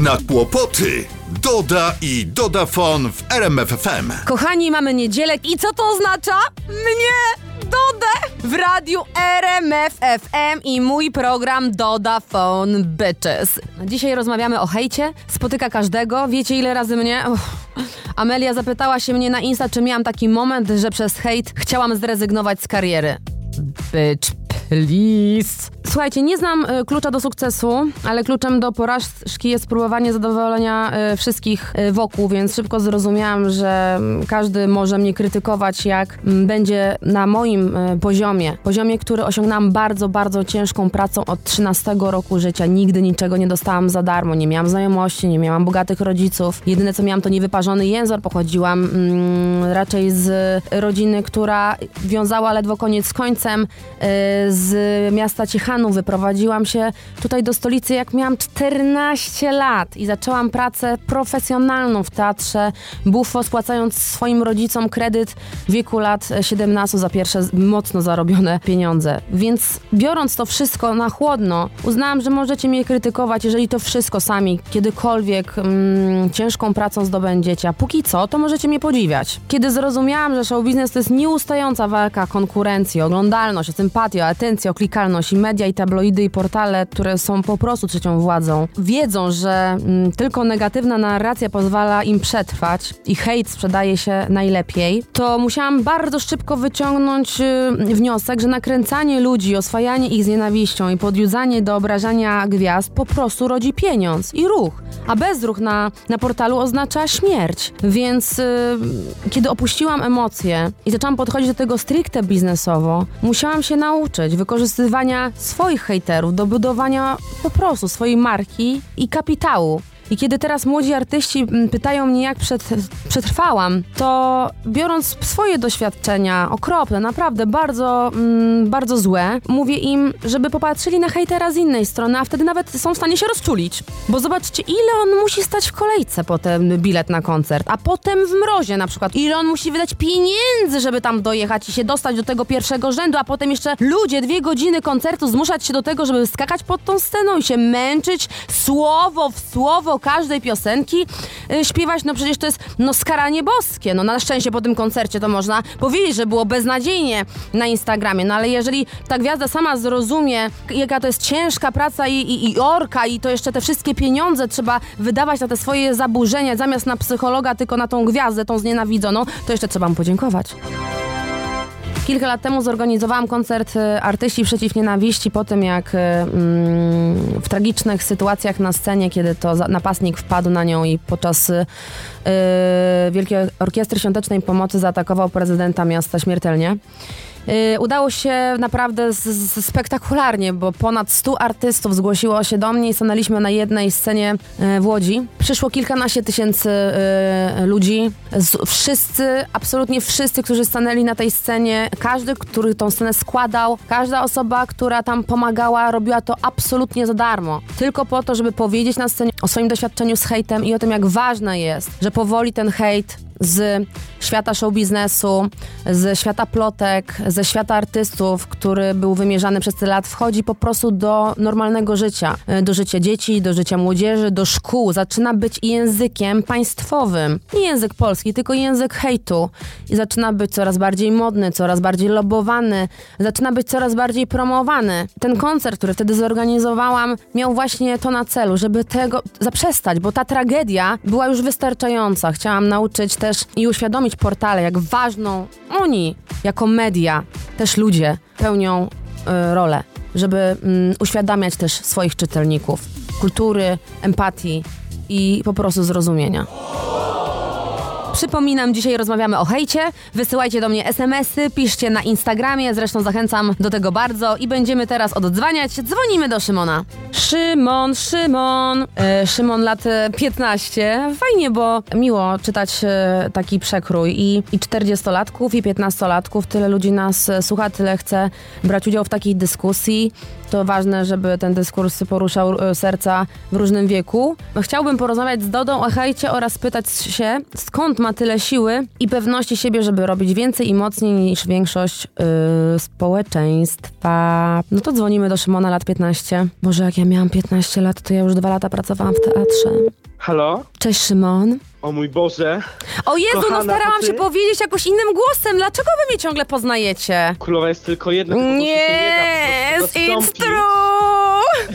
na kłopoty. Doda i Dodafon w RMF FM. Kochani, mamy niedzielę i co to oznacza? Mnie, Dodę, w radiu RMF FM i mój program Dodafon Bitches. Dzisiaj rozmawiamy o hejcie, spotyka każdego, wiecie ile razy mnie... Amelia zapytała się mnie na Insta, czy miałam taki moment, że przez hejt chciałam zrezygnować z kariery. Bitch, please. Słuchajcie, nie znam klucza do sukcesu, ale kluczem do porażki jest próbowanie zadowolenia wszystkich wokół, więc szybko zrozumiałam, że każdy może mnie krytykować, jak będzie na moim poziomie, który osiągnęłam bardzo, bardzo ciężką pracą od 13 roku życia. Nigdy niczego nie dostałam za darmo, nie miałam znajomości, nie miałam bogatych rodziców. Jedyne co miałam to niewyparzony język, pochodziłam raczej z rodziny, która wiązała ledwo koniec z końcem, z miasta Ciechanów. Wyprowadziłam się tutaj do stolicy, jak miałam 14 lat i zaczęłam pracę profesjonalną w teatrze Buffo, spłacając swoim rodzicom kredyt w wieku lat 17 za pierwsze mocno zarobione pieniądze. Więc biorąc to wszystko na chłodno, uznałam, że możecie mnie krytykować, jeżeli to wszystko sami kiedykolwiek ciężką pracą zdobędziecie, a póki co, to możecie mnie podziwiać. Kiedy zrozumiałam, że show biznes to jest nieustająca walka konkurencji, oglądalność, o sympatię, o atencję, o klikalność i media i tabloidy i portale, które są po prostu trzecią władzą, wiedzą, że tylko negatywna narracja pozwala im przetrwać i hejt sprzedaje się najlepiej, to musiałam bardzo szybko wyciągnąć wniosek, że nakręcanie ludzi, oswajanie ich z nienawiścią i podjudzanie do obrażania gwiazd po prostu rodzi pieniądz i ruch, a bezruch na portalu oznacza śmierć. Więc kiedy opuściłam emocje i zaczęłam podchodzić do tego stricte biznesowo, musiałam się nauczyć wykorzystywania swoich hejterów do budowania po prostu swojej marki i kapitału. I kiedy teraz młodzi artyści pytają mnie, jak przetrwałam, to biorąc swoje doświadczenia, okropne, naprawdę bardzo złe, mówię im, żeby popatrzyli na hejtera z innej strony, a wtedy nawet są w stanie się rozczulić. Bo zobaczcie, ile on musi stać w kolejce po ten bilet na koncert, a potem w mrozie na przykład. Ile on musi wydać pieniędzy, żeby tam dojechać i się dostać do tego pierwszego rzędu, a potem jeszcze ludzie 2 godziny koncertu zmuszać się do tego, żeby skakać pod tą sceną i się męczyć słowo w słowo każdej piosenki śpiewać, no przecież to jest skaranie boskie. No na szczęście po tym koncercie to można powiedzieć, że było beznadziejnie na Instagramie, no ale jeżeli ta gwiazda sama zrozumie, jaka to jest ciężka praca i orka i to jeszcze te wszystkie pieniądze trzeba wydawać na te swoje zaburzenia zamiast na psychologa, tylko na tą gwiazdę, tą znienawidzoną, to jeszcze trzeba mu podziękować. Kilka lat temu zorganizowałam koncert Artyści Przeciw Nienawiści po tym, jak w tragicznych sytuacjach na scenie, kiedy to napastnik wpadł na nią i podczas Wielkiej Orkiestry Świątecznej Pomocy zaatakował prezydenta miasta śmiertelnie. Udało się naprawdę spektakularnie, bo ponad 100 artystów zgłosiło się do mnie i stanęliśmy na jednej scenie w Łodzi. Przyszło kilkanaście tysięcy ludzi. Wszyscy, absolutnie wszyscy, którzy stanęli na tej scenie, każdy, który tą scenę składał, każda osoba, która tam pomagała, robiła to absolutnie za darmo. Tylko po to, żeby powiedzieć na scenie o swoim doświadczeniu z hejtem i o tym, jak ważne jest, że powoli ten hejt z świata show biznesu, ze świata plotek, ze świata artystów, który był wymierzany przez tyle lat, wchodzi po prostu do normalnego życia. Do życia dzieci, do życia młodzieży, do szkół. Zaczyna być językiem państwowym. Nie język polski, tylko język hejtu. I zaczyna być coraz bardziej modny, coraz bardziej lobbowany, zaczyna być coraz bardziej promowany. Ten koncert, który wtedy zorganizowałam, miał właśnie to na celu, żeby tego zaprzestać, bo ta tragedia była już wystarczająca. Chciałam nauczyć też i uświadomić portale, jak ważną oni, jako media, też ludzie, pełnią rolę, żeby uświadamiać też swoich czytelników kultury, empatii i po prostu zrozumienia. Przypominam, dzisiaj rozmawiamy o hejcie. Wysyłajcie do mnie SMS-y, piszcie na Instagramie, zresztą zachęcam do tego bardzo i będziemy teraz oddzwaniać. Dzwonimy do Szymona. Szymon lat 15. Fajnie, bo miło czytać taki przekrój i 40-latków, i 15-latków. Tyle ludzi nas słucha, tyle chce brać udział w takiej dyskusji. To ważne, żeby ten dyskurs poruszał serca w różnym wieku. Chciałbym porozmawiać z Dodą o hejcie oraz pytać się, skąd ma tyle siły i pewności siebie, żeby robić więcej i mocniej niż większość społeczeństwa. No to dzwonimy do Szymona, lat 15. Boże, jak ja ja miałam 15 lat, to ja już 2 lata pracowałam w teatrze. Halo? Cześć, Szymon. O mój Boże. O Jezu, Kochana, no starałam to się ty? powiedzieć jakoś innym głosem. Dlaczego wy mnie ciągle poznajecie? Królowa jest tylko jedna, to po prostu się nie da po prostu It's zastąpić. true!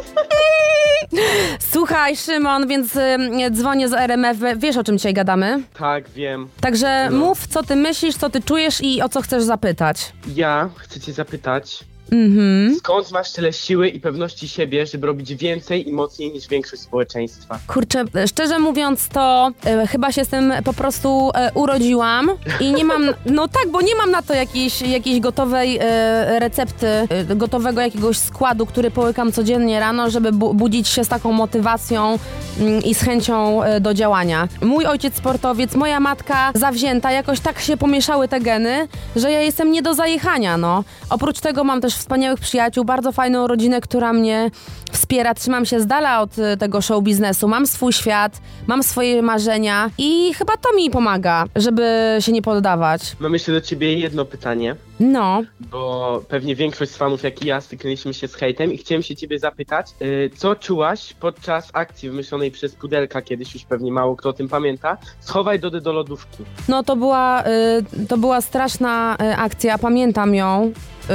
Słuchaj, Szymon, więc dzwonię z RMF. Wiesz, o czym dzisiaj gadamy? Tak, wiem. Także No. mów, co ty myślisz, co ty czujesz i o co chcesz zapytać. Ja chcę cię zapytać, Skąd masz tyle siły i pewności siebie, żeby robić więcej i mocniej niż większość społeczeństwa? Kurczę, szczerze mówiąc to chyba się z tym po prostu urodziłam i nie mam, no tak, bo nie mam na to jakiejś gotowej recepty, gotowego jakiegoś składu, który połykam codziennie rano, żeby budzić się z taką motywacją i z chęcią do działania. Mój ojciec sportowiec, moja matka zawzięta, jakoś tak się pomieszały te geny, że ja jestem nie do zajechania, no. Oprócz tego mam też wspaniałych przyjaciół, bardzo fajną rodzinę, która mnie wspiera. Trzymam się z dala od tego show biznesu. Mam swój świat, mam swoje marzenia i chyba to mi pomaga, żeby się nie poddawać. Mam jeszcze do ciebie jedno pytanie, No. bo pewnie większość z fanów, jak i ja, styknęliśmy się z hejtem i chciałem się ciebie zapytać, co czułaś podczas akcji wymyślonej przez Pudelka kiedyś, już pewnie mało kto o tym pamięta, schowaj Dodę do lodówki. No to była straszna akcja, pamiętam ją.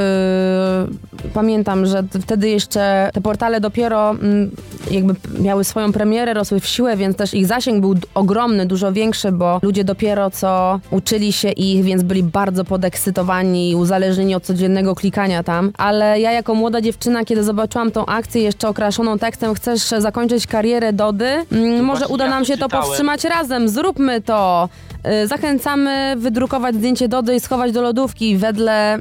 Pamiętam, że wtedy jeszcze te portale dopiero jakby miały swoją premierę, rosły w siłę, więc też ich zasięg był ogromny, dużo większy, bo ludzie dopiero co uczyli się ich, więc byli bardzo podekscytowani i uzależnieni od codziennego klikania tam. Ale ja jako młoda dziewczyna, kiedy zobaczyłam tą akcję jeszcze okraszoną tekstem "Chcesz zakończyć karierę Dody? Może uda nam się to powstrzymać razem, zróbmy to. Zachęcamy wydrukować zdjęcie Dody i schować do lodówki wedle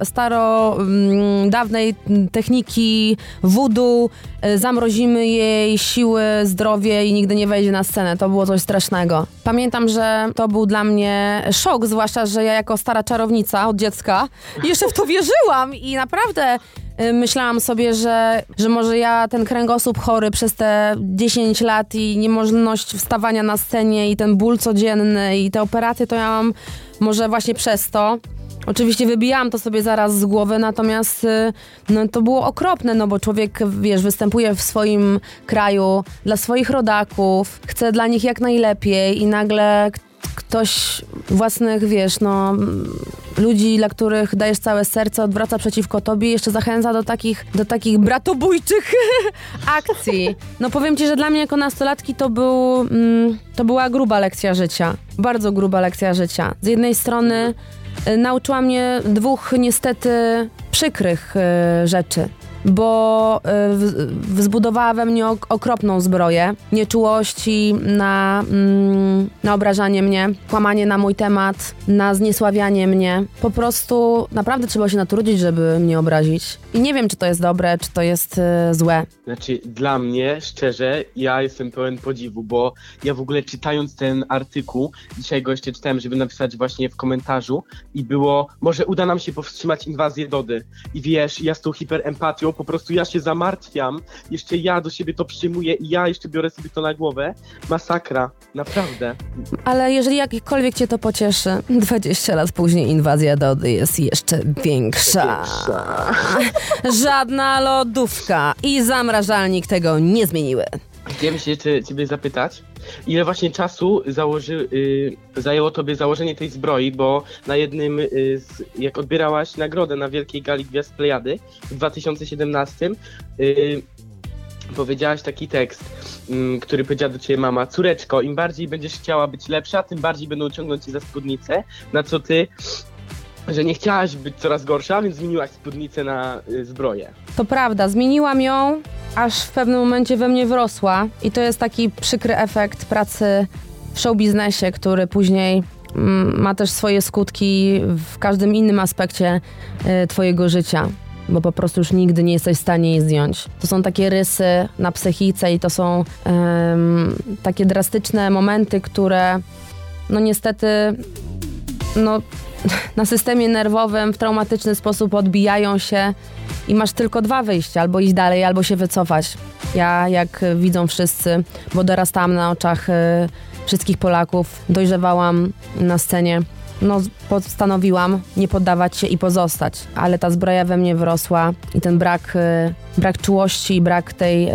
dawnej techniki voodoo. Zamrozimy jej siły, zdrowie i nigdy nie wejdzie na scenę. To było coś strasznego. Pamiętam, że to był dla mnie szok, zwłaszcza, że ja jako stara czarownica od dziecka jeszcze w to wierzyłam i naprawdę myślałam sobie, że może ja ten kręgosłup chory przez te 10 lat i niemożność wstawania na scenie i ten ból codzienny i te operacje, to ja mam może właśnie przez to. Oczywiście wybijałam to sobie zaraz z głowy, natomiast no, to było okropne, no bo człowiek, wiesz, występuje w swoim kraju dla swoich rodaków, chce dla nich jak najlepiej i nagle ktoś własnych, wiesz, no ludzi, dla których dajesz całe serce, odwraca przeciwko tobie i jeszcze zachęca do takich bratobójczych akcji. No powiem ci, że dla mnie jako nastolatki to była gruba lekcja życia. Bardzo gruba lekcja życia. Z jednej strony nauczyła mnie 2 niestety przykrych rzeczy, bo zbudowała we mnie okropną zbroję nieczułości na obrażanie mnie, kłamanie na mój temat, na zniesławianie mnie. Po prostu naprawdę trzeba się natrudzić, żeby mnie obrazić. I nie wiem, czy to jest dobre, czy to jest złe. Znaczy, dla mnie, szczerze, ja jestem pełen podziwu, bo ja w ogóle czytając ten artykuł, dzisiaj go jeszcze czytałem, żeby napisać właśnie w komentarzu i było, może uda nam się powstrzymać inwazję Dody. I wiesz, ja z tą hiperempatią, po prostu ja się zamartwiam, jeszcze ja do siebie to przyjmuję i ja jeszcze biorę sobie to na głowę. Masakra, naprawdę. Ale jeżeli jakkolwiek cię to pocieszy, 20 lat później inwazja Dody jest jeszcze większa. Żadna lodówka i zamrażalnik tego nie zmieniły. Chciałem się ciebie zapytać, ile właśnie czasu zajęło tobie założenie tej zbroi, bo na jednym, jak odbierałaś nagrodę na Wielkiej Gali Gwiazd Plejady w 2017, powiedziałaś taki tekst, który powiedziała do ciebie mama: córeczko, im bardziej będziesz chciała być lepsza, tym bardziej będą ciągnąć cię za spódnicę, na co ty, że nie chciałaś być coraz gorsza, więc zmieniłaś spódnicę na zbroję. To prawda, zmieniłam ją, aż w pewnym momencie we mnie wrosła i to jest taki przykry efekt pracy w show biznesie, który później ma też swoje skutki w każdym innym aspekcie twojego życia, bo po prostu już nigdy nie jesteś w stanie jej zdjąć. To są takie rysy na psychice i to są takie drastyczne momenty, które no niestety na systemie nerwowym w traumatyczny sposób odbijają się i masz tylko 2 wyjścia, albo iść dalej, albo się wycofać. Ja, jak widzą wszyscy, bo dorastałam na oczach wszystkich Polaków, dojrzewałam na scenie, postanowiłam nie poddawać się i pozostać. Ale ta zbroja we mnie wyrosła i ten brak czułości i brak tej...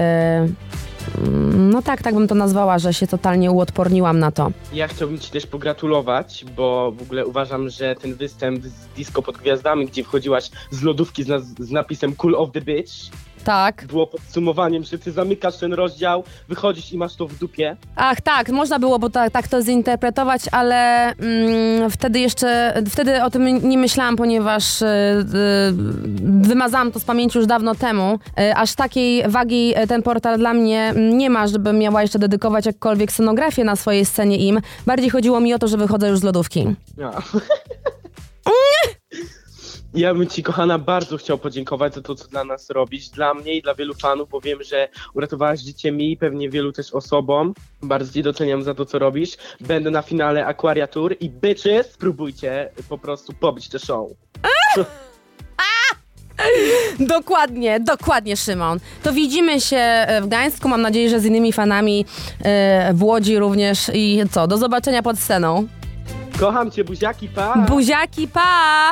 tak bym to nazwała, że się totalnie uodporniłam na to. Ja chciałbym ci też pogratulować, bo w ogóle uważam, że ten występ z Disco pod Gwiazdami, gdzie wchodziłaś z lodówki z napisem Cool of the Bitch, Tak. było podsumowaniem, że ty zamykasz ten rozdział, wychodzisz i masz to w dupie. Ach tak, można było bo tak to zinterpretować, ale wtedy o tym nie myślałam, ponieważ wymazałam to z pamięci już dawno temu. Aż takiej wagi ten portal dla mnie nie ma, żebym miała jeszcze dedykować jakkolwiek scenografię na swojej scenie im. Bardziej chodziło mi o to, że wychodzę już z lodówki. Ja. Ja bym ci, kochana, bardzo chciał podziękować za to, co dla nas robisz, dla mnie i dla wielu fanów, bo wiem, że uratowałaś życie mi i pewnie wielu też osobom. Bardzo ci doceniam za to, co robisz. Będę na finale Aquaria Tour i bitches, spróbujcie po prostu pobić tę show. Dokładnie, Szymon. To widzimy się w Gdańsku, mam nadzieję, że z innymi fanami w Łodzi również i co, do zobaczenia pod sceną. Kocham cię, buziaki, pa! Buziaki, pa!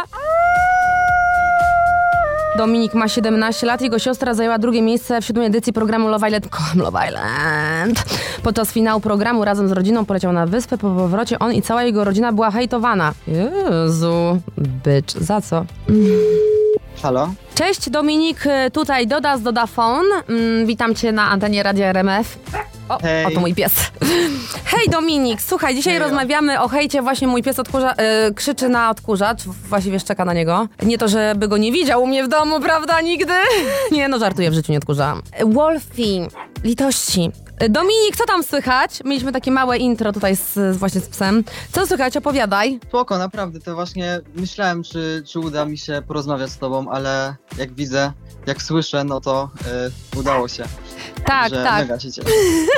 Dominik ma 17 lat, jego siostra zajęła drugie miejsce w 7. edycji programu Love Island. Kocham Love Island. Podczas finału programu razem z rodziną poleciał na wyspę. Po powrocie on i cała jego rodzina była hejtowana. Jezu, bitch, za co? Halo? Cześć Dominik, tutaj Doda z Dodafone. Witam cię na antenie Radia RMF. Hej. Oto mój pies. Hej Dominik, słuchaj, dzisiaj rozmawiamy o hejcie. Właśnie mój pies krzyczy na odkurzacz, właściwie szczeka na niego. Nie to, żeby go nie widział u mnie w domu, prawda, nigdy? Nie, żartuję, w życiu nie odkurzałam. Wolfie, litości. Dominik, co tam słychać? Mieliśmy takie małe intro tutaj właśnie z psem. Co słychać? Opowiadaj. Spoko, naprawdę, to właśnie myślałem, czy uda mi się porozmawiać z tobą, ale jak widzę, jak słyszę, no to udało się. Tak, Także tak. mega się cieszę.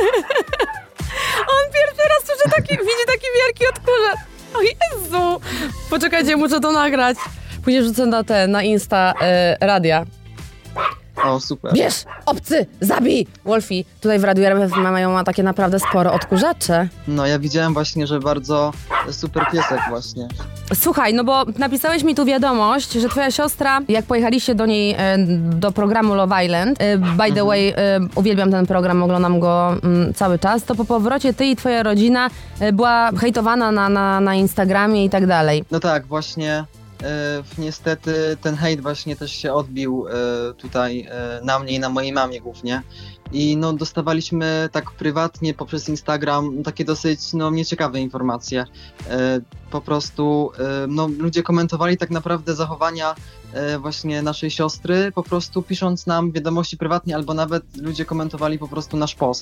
On pierwszy raz słyszy widzi taki wielki odkurzacz. O Jezu! Poczekajcie, muszę to nagrać. Później wrzucę na Insta radia. O, super. Bierz! Obcy! Zabij! Wolfie, tutaj w Radiu RMF ma takie naprawdę sporo odkurzacze. No, ja widziałem właśnie, że bardzo super piesek właśnie. Słuchaj, no bo napisałeś mi tu wiadomość, że twoja siostra, jak pojechaliście do niej do programu Love Island, by the way, uwielbiam ten program, oglądam go cały czas, to po powrocie ty i twoja rodzina była hejtowana na Instagramie i tak dalej. No tak, właśnie niestety ten hejt właśnie też się odbił tutaj na mnie i na mojej mamie głównie. I no dostawaliśmy tak prywatnie poprzez Instagram takie dosyć nieciekawe informacje. Po prostu ludzie komentowali tak naprawdę zachowania właśnie naszej siostry, po prostu pisząc nam wiadomości prywatnie, albo nawet ludzie komentowali po prostu nasz post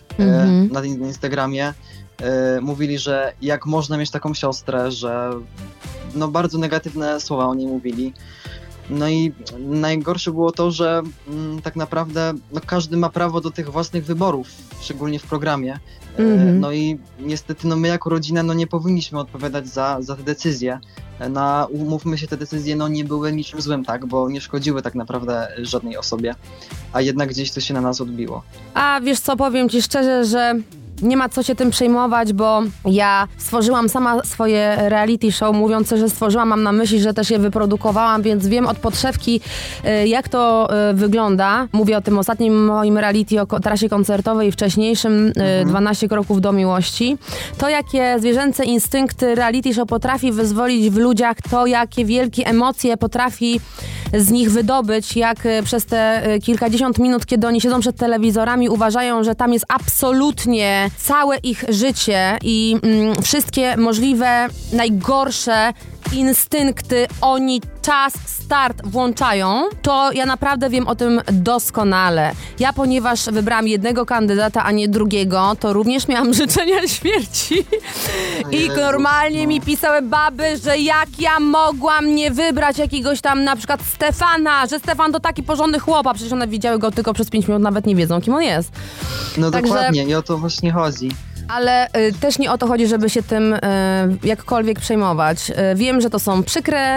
na Instagramie. Mówili, że jak można mieć taką siostrę, że bardzo negatywne słowa o niej mówili. No i najgorsze było to, że tak naprawdę każdy ma prawo do tych własnych wyborów, szczególnie w programie. No i niestety my jako rodzina nie powinniśmy odpowiadać za te decyzje. Umówmy się, te decyzje nie były niczym złym, tak, bo nie szkodziły tak naprawdę żadnej osobie, a jednak gdzieś to się na nas odbiło. A wiesz co, powiem ci szczerze, że nie ma co się tym przejmować, bo ja stworzyłam sama swoje reality show, mówiąc, że stworzyłam, mam na myśli, że też je wyprodukowałam, więc wiem od podszewki, jak to wygląda. Mówię o tym ostatnim moim reality, o trasie koncertowej i wcześniejszym 12 kroków do miłości. To, jakie zwierzęce instynkty reality show potrafi wyzwolić w ludziach, to jakie wielkie emocje potrafi z nich wydobyć, jak przez te kilkadziesiąt minut, kiedy oni siedzą przed telewizorami, uważają, że tam jest absolutnie całe ich życie i wszystkie możliwe, najgorsze instynkty, oni czas, start włączają, to ja naprawdę wiem o tym doskonale. Ja, ponieważ wybrałam jednego kandydata, a nie drugiego, to również miałam życzenia śmierci. I normalnie mi pisały baby, że jak ja mogłam nie wybrać jakiegoś tam na przykład Stefana, że Stefan to taki porządny chłop, a przecież one widziały go tylko przez 5 minut, nawet nie wiedzą, kim on jest. No także... Dokładnie, i o to właśnie chodzi. Ale też nie o to chodzi, żeby się tym jakkolwiek przejmować. Wiem, że to są przykre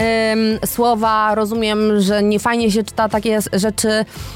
słowa, rozumiem, że nie fajnie się czyta takie rzeczy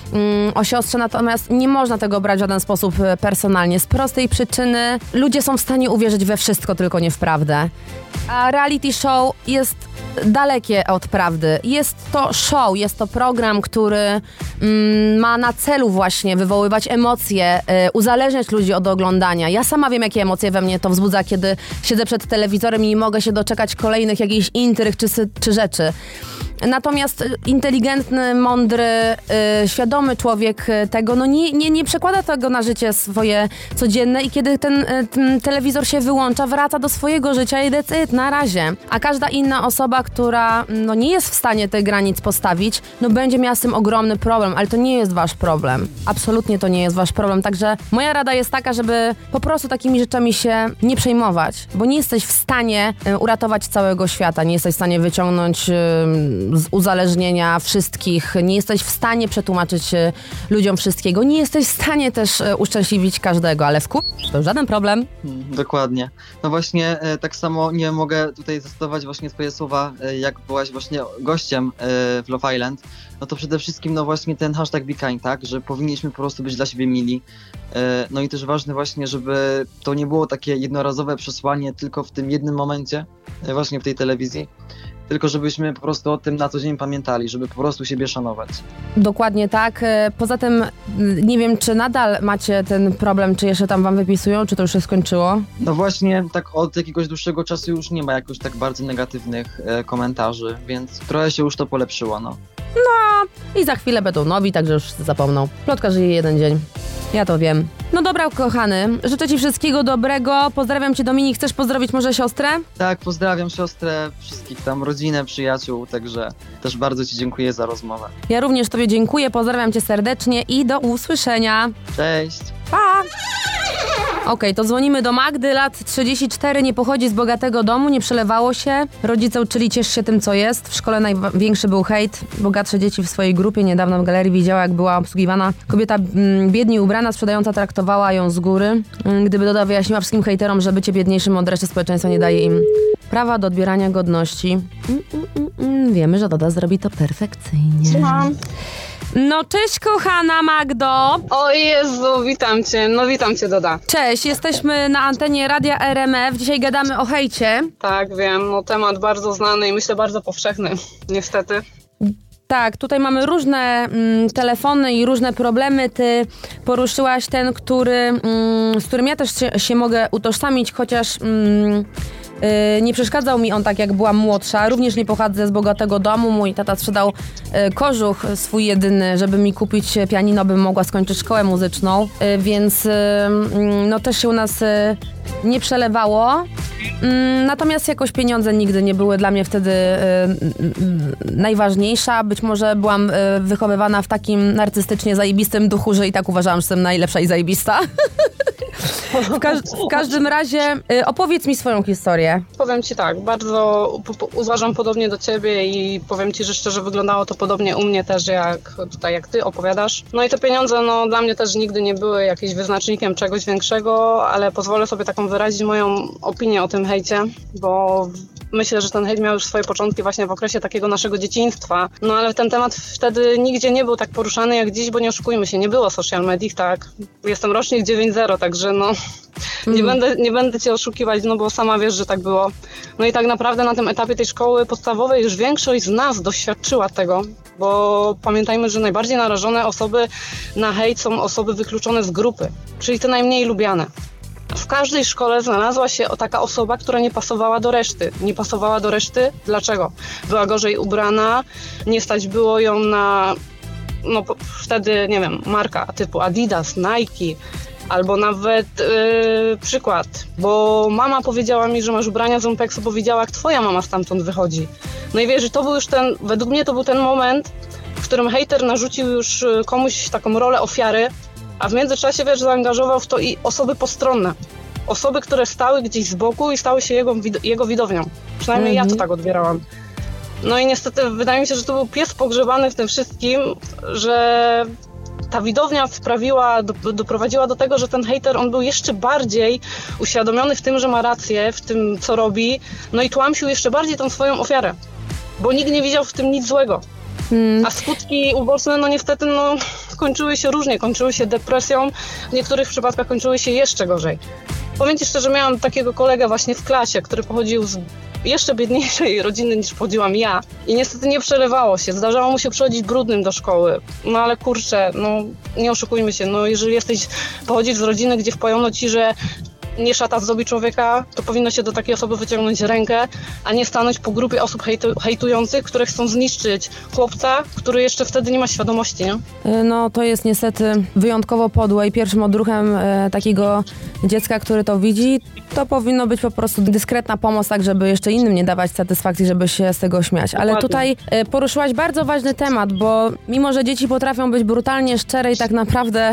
o siostrze, natomiast nie można tego brać w żaden sposób personalnie. Z prostej przyczyny ludzie są w stanie uwierzyć we wszystko, tylko nie w prawdę. A reality show jest dalekie od prawdy. Jest to show, jest to program, który ma na celu właśnie wywoływać emocje, uzależniać ludzi od oglądania. Ja sama wiem, jakie emocje we mnie to wzbudza, kiedy siedzę przed telewizorem i nie mogę się doczekać kolejnych jakichś intryg czy rzeczy. Natomiast inteligentny, mądry, świadomy człowiek tego nie przekłada tego na życie swoje codzienne i kiedy ten telewizor się wyłącza, wraca do swojego życia i that's it, na razie. A każda inna osoba, która nie jest w stanie tych granic postawić, będzie miała z tym ogromny problem, ale to nie jest wasz problem. Absolutnie to nie jest wasz problem, także moja rada jest taka, żeby po prostu takimi rzeczami się nie przejmować, bo nie jesteś w stanie uratować całego świata, nie jesteś w stanie wyciągnąć z uzależnienia wszystkich, nie jesteś w stanie przetłumaczyć ludziom wszystkiego, nie jesteś w stanie też uszczęśliwić każdego, ale to już żaden problem. Dokładnie. No właśnie tak samo nie mogę tutaj zacytować właśnie twoje słowa, jak byłaś właśnie gościem w Love Island, no to przede wszystkim właśnie ten hashtag Be Kind, tak, że powinniśmy po prostu być dla siebie mili. No i też ważne właśnie, żeby to nie było takie jednorazowe przesłanie tylko w tym jednym momencie, właśnie w tej telewizji, tylko żebyśmy po prostu o tym na co dzień pamiętali, żeby po prostu siebie szanować. Dokładnie tak. Poza tym nie wiem, czy nadal macie ten problem, czy jeszcze tam wam wypisują, czy to już się skończyło? No właśnie, tak od jakiegoś dłuższego czasu już nie ma jakoś tak bardzo negatywnych komentarzy, więc trochę się już to polepszyło, no. I za chwilę będą nowi, także już zapomną. Plotka żyje jeden dzień. Ja to wiem. No dobra, kochany. Życzę ci wszystkiego dobrego. Pozdrawiam cię, Dominik. Chcesz pozdrowić może siostrę? Tak, pozdrawiam siostrę, wszystkich tam, rodzinę, przyjaciół, także też bardzo ci dziękuję za rozmowę. Ja również tobie dziękuję, pozdrawiam cię serdecznie i do usłyszenia. Cześć! Pa! Okej, to dzwonimy do Magdy, lat 34, nie pochodzi z bogatego domu, nie przelewało się. Rodzice uczyli, ciesz się tym, co jest. W szkole największy był hejt. Bogatsze dzieci w swojej grupie. Niedawno w galerii widziała, jak była obsługiwana kobieta biednie ubrana, sprzedająca traktowała ją z góry. Gdyby Doda wyjaśniła wszystkim hejterom, że bycie biedniejszym od reszty społeczeństwa nie daje im prawa do odbierania godności. Wiemy, że Doda zrobi to perfekcyjnie. Słucham. No cześć, kochana Magdo. O Jezu, witam cię. No witam cię, Doda. Cześć, jesteśmy na antenie Radia RMF. Dzisiaj gadamy o hejcie. Tak, wiem. No temat bardzo znany i myślę bardzo powszechny. Niestety. Tak, tutaj mamy różne telefony i różne problemy. Ty poruszyłaś ten, z którym ja też się mogę utożsamić, chociaż nie przeszkadzał mi on tak, jak byłam młodsza. Również nie pochodzę z bogatego domu. Mój tata sprzedał kożuch swój jedyny, żeby mi kupić pianino, bym mogła skończyć szkołę muzyczną. Więc no też się u nas nie przelewało. Natomiast jakoś pieniądze nigdy nie były dla mnie wtedy najważniejsza. Być może byłam wychowywana w takim narcystycznie zajebistym duchu, że i tak uważałam, że jestem najlepsza i zajebista. W każdym razie opowiedz mi swoją historię. Powiem ci tak, bardzo uważam podobnie do ciebie i powiem ci, że szczerze wyglądało to podobnie u mnie też, jak ty opowiadasz. No i te pieniądze dla mnie też nigdy nie były jakimś wyznacznikiem czegoś większego, ale pozwolę sobie taką wyrazić moją opinię o tym hejcie, bo myślę, że ten hejt miał już swoje początki właśnie w okresie takiego naszego dzieciństwa. No ale ten temat wtedy nigdzie nie był tak poruszany jak dziś, bo nie oszukujmy się, nie było social mediów, tak. Jestem rocznik 9.0, także nie będę cię oszukiwać, bo sama wiesz, że tak było. No i tak naprawdę na tym etapie tej szkoły podstawowej już większość z nas doświadczyła tego, bo pamiętajmy, że najbardziej narażone osoby na hejt są osoby wykluczone z grupy, czyli te najmniej lubiane. W każdej szkole znalazła się taka osoba, która nie pasowała do reszty. Nie pasowała do reszty? Dlaczego? Była gorzej ubrana, nie stać było ją na, wtedy, nie wiem, marka typu Adidas, Nike, albo nawet przykład, bo mama powiedziała mi, że masz ubrania z Lumpeksu, bo widziała, jak twoja mama stamtąd wychodzi. No i wiesz, to był już według mnie to był ten moment, w którym hejter narzucił już komuś taką rolę ofiary, a w międzyczasie, wiesz, zaangażował w to i osoby postronne. Osoby, które stały gdzieś z boku i stały się jego widownią. Przynajmniej ja to tak odbierałam. No i niestety wydaje mi się, że to był pies pogrzebany w tym wszystkim, że ta widownia doprowadziła do tego, że ten hejter, on był jeszcze bardziej uświadomiony w tym, że ma rację, w tym, co robi, no i tłamsił jeszcze bardziej tą swoją ofiarę, bo nikt nie widział w tym nic złego. A skutki uboczne, no niestety, no, kończyły się różnie, kończyły się depresją, w niektórych przypadkach kończyły się jeszcze gorzej. Powiem Ci szczerze, miałam takiego kolegę właśnie w klasie, który pochodził z jeszcze biedniejszej rodziny niż pochodziłam ja i niestety nie przelewało się, zdarzało mu się przychodzić brudnym do szkoły, no ale kurczę, no nie oszukujmy się, no jeżeli pochodzisz z rodziny, gdzie wpojono Ci, że nie szata zdobi człowieka, to powinno się do takiej osoby wyciągnąć rękę, a nie stanąć po grupie osób hejtujących, które chcą zniszczyć chłopca, który jeszcze wtedy nie ma świadomości, nie? No to jest niestety wyjątkowo podłe i pierwszym odruchem takiego dziecka, który to widzi, to powinno być po prostu dyskretna pomoc, tak żeby jeszcze innym nie dawać satysfakcji, żeby się z tego śmiać. Ale tutaj poruszyłaś bardzo ważny temat, bo mimo, że dzieci potrafią być brutalnie szczere i tak naprawdę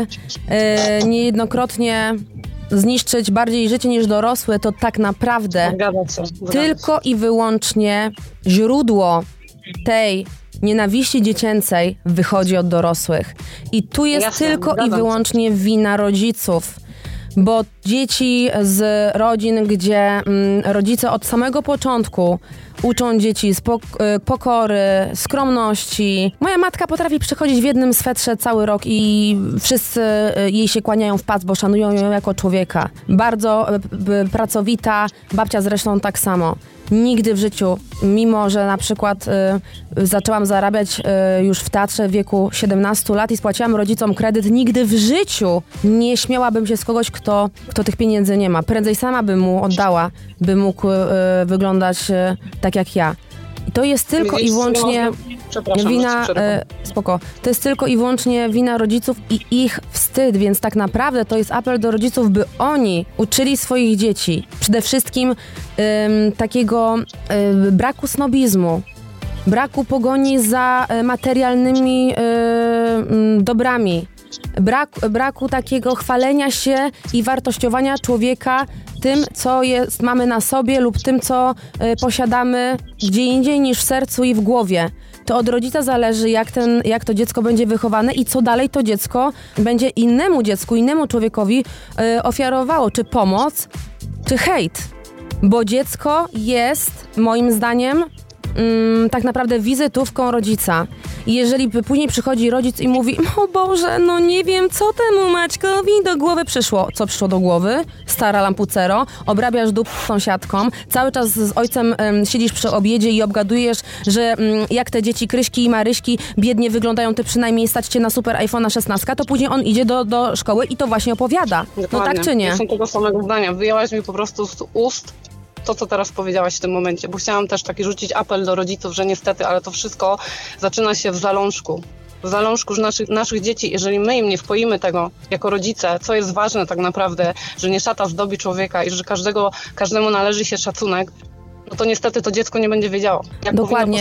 niejednokrotnie zniszczyć bardziej życie niż dorosłe, to tak naprawdę tylko i wyłącznie źródło tej nienawiści dziecięcej wychodzi od dorosłych. I tu jest tylko i wyłącznie wina rodziców. Bo dzieci z rodzin, gdzie rodzice od samego początku uczą dzieci z pokory, skromności. Moja matka potrafi przychodzić w jednym swetrze cały rok i wszyscy jej się kłaniają w pas, bo szanują ją jako człowieka. Bardzo pracowita, babcia zresztą tak samo. Nigdy w życiu, mimo że na przykład zaczęłam zarabiać już w teatrze w wieku 17 lat i spłaciłam rodzicom kredyt, nigdy w życiu nie śmiałabym się z kogoś, kto tych pieniędzy nie ma. Prędzej sama bym mu oddała, by mógł wyglądać tak jak ja. I to jest tylko i wyłącznie wina, to jest tylko i wyłącznie wina rodziców i ich wstyd, więc tak naprawdę to jest apel do rodziców, by oni uczyli swoich dzieci przede wszystkim takiego braku snobizmu, braku pogoni za materialnymi dobrami, braku takiego chwalenia się i wartościowania człowieka tym, co mamy na sobie lub tym, co posiadamy gdzie indziej niż w sercu i w głowie. To od rodzica zależy, jak to dziecko będzie wychowane i co dalej to dziecko będzie innemu dziecku, innemu człowiekowi ofiarowało, czy pomoc, czy hejt. Bo dziecko jest, moim zdaniem, tak naprawdę wizytówką rodzica. I jeżeli później przychodzi rodzic i mówi: o Boże, no nie wiem, co temu Maćkowi do głowy przyszło. Co przyszło do głowy? Stara lampucero, obrabiasz dup sąsiadką, cały czas z ojcem siedzisz przy obiedzie i obgadujesz, że jak te dzieci Kryśki i Maryśki biednie wyglądają, ty przynajmniej stać cię na super iPhone'a 16, to później on idzie do szkoły i to właśnie opowiada. Dokładnie. No tak czy nie? Ja są tego samego zdania. Wyjęłaś mi po prostu z ust to, co teraz powiedziałaś w tym momencie, bo chciałam też taki rzucić apel do rodziców, że niestety, ale to wszystko zaczyna się w zalążku naszych dzieci. Jeżeli my im nie wpoimy tego jako rodzice, co jest ważne tak naprawdę, że nie szata zdobi człowieka i że każdemu należy się szacunek, no to niestety to dziecko nie będzie wiedziało, jak dokładnie.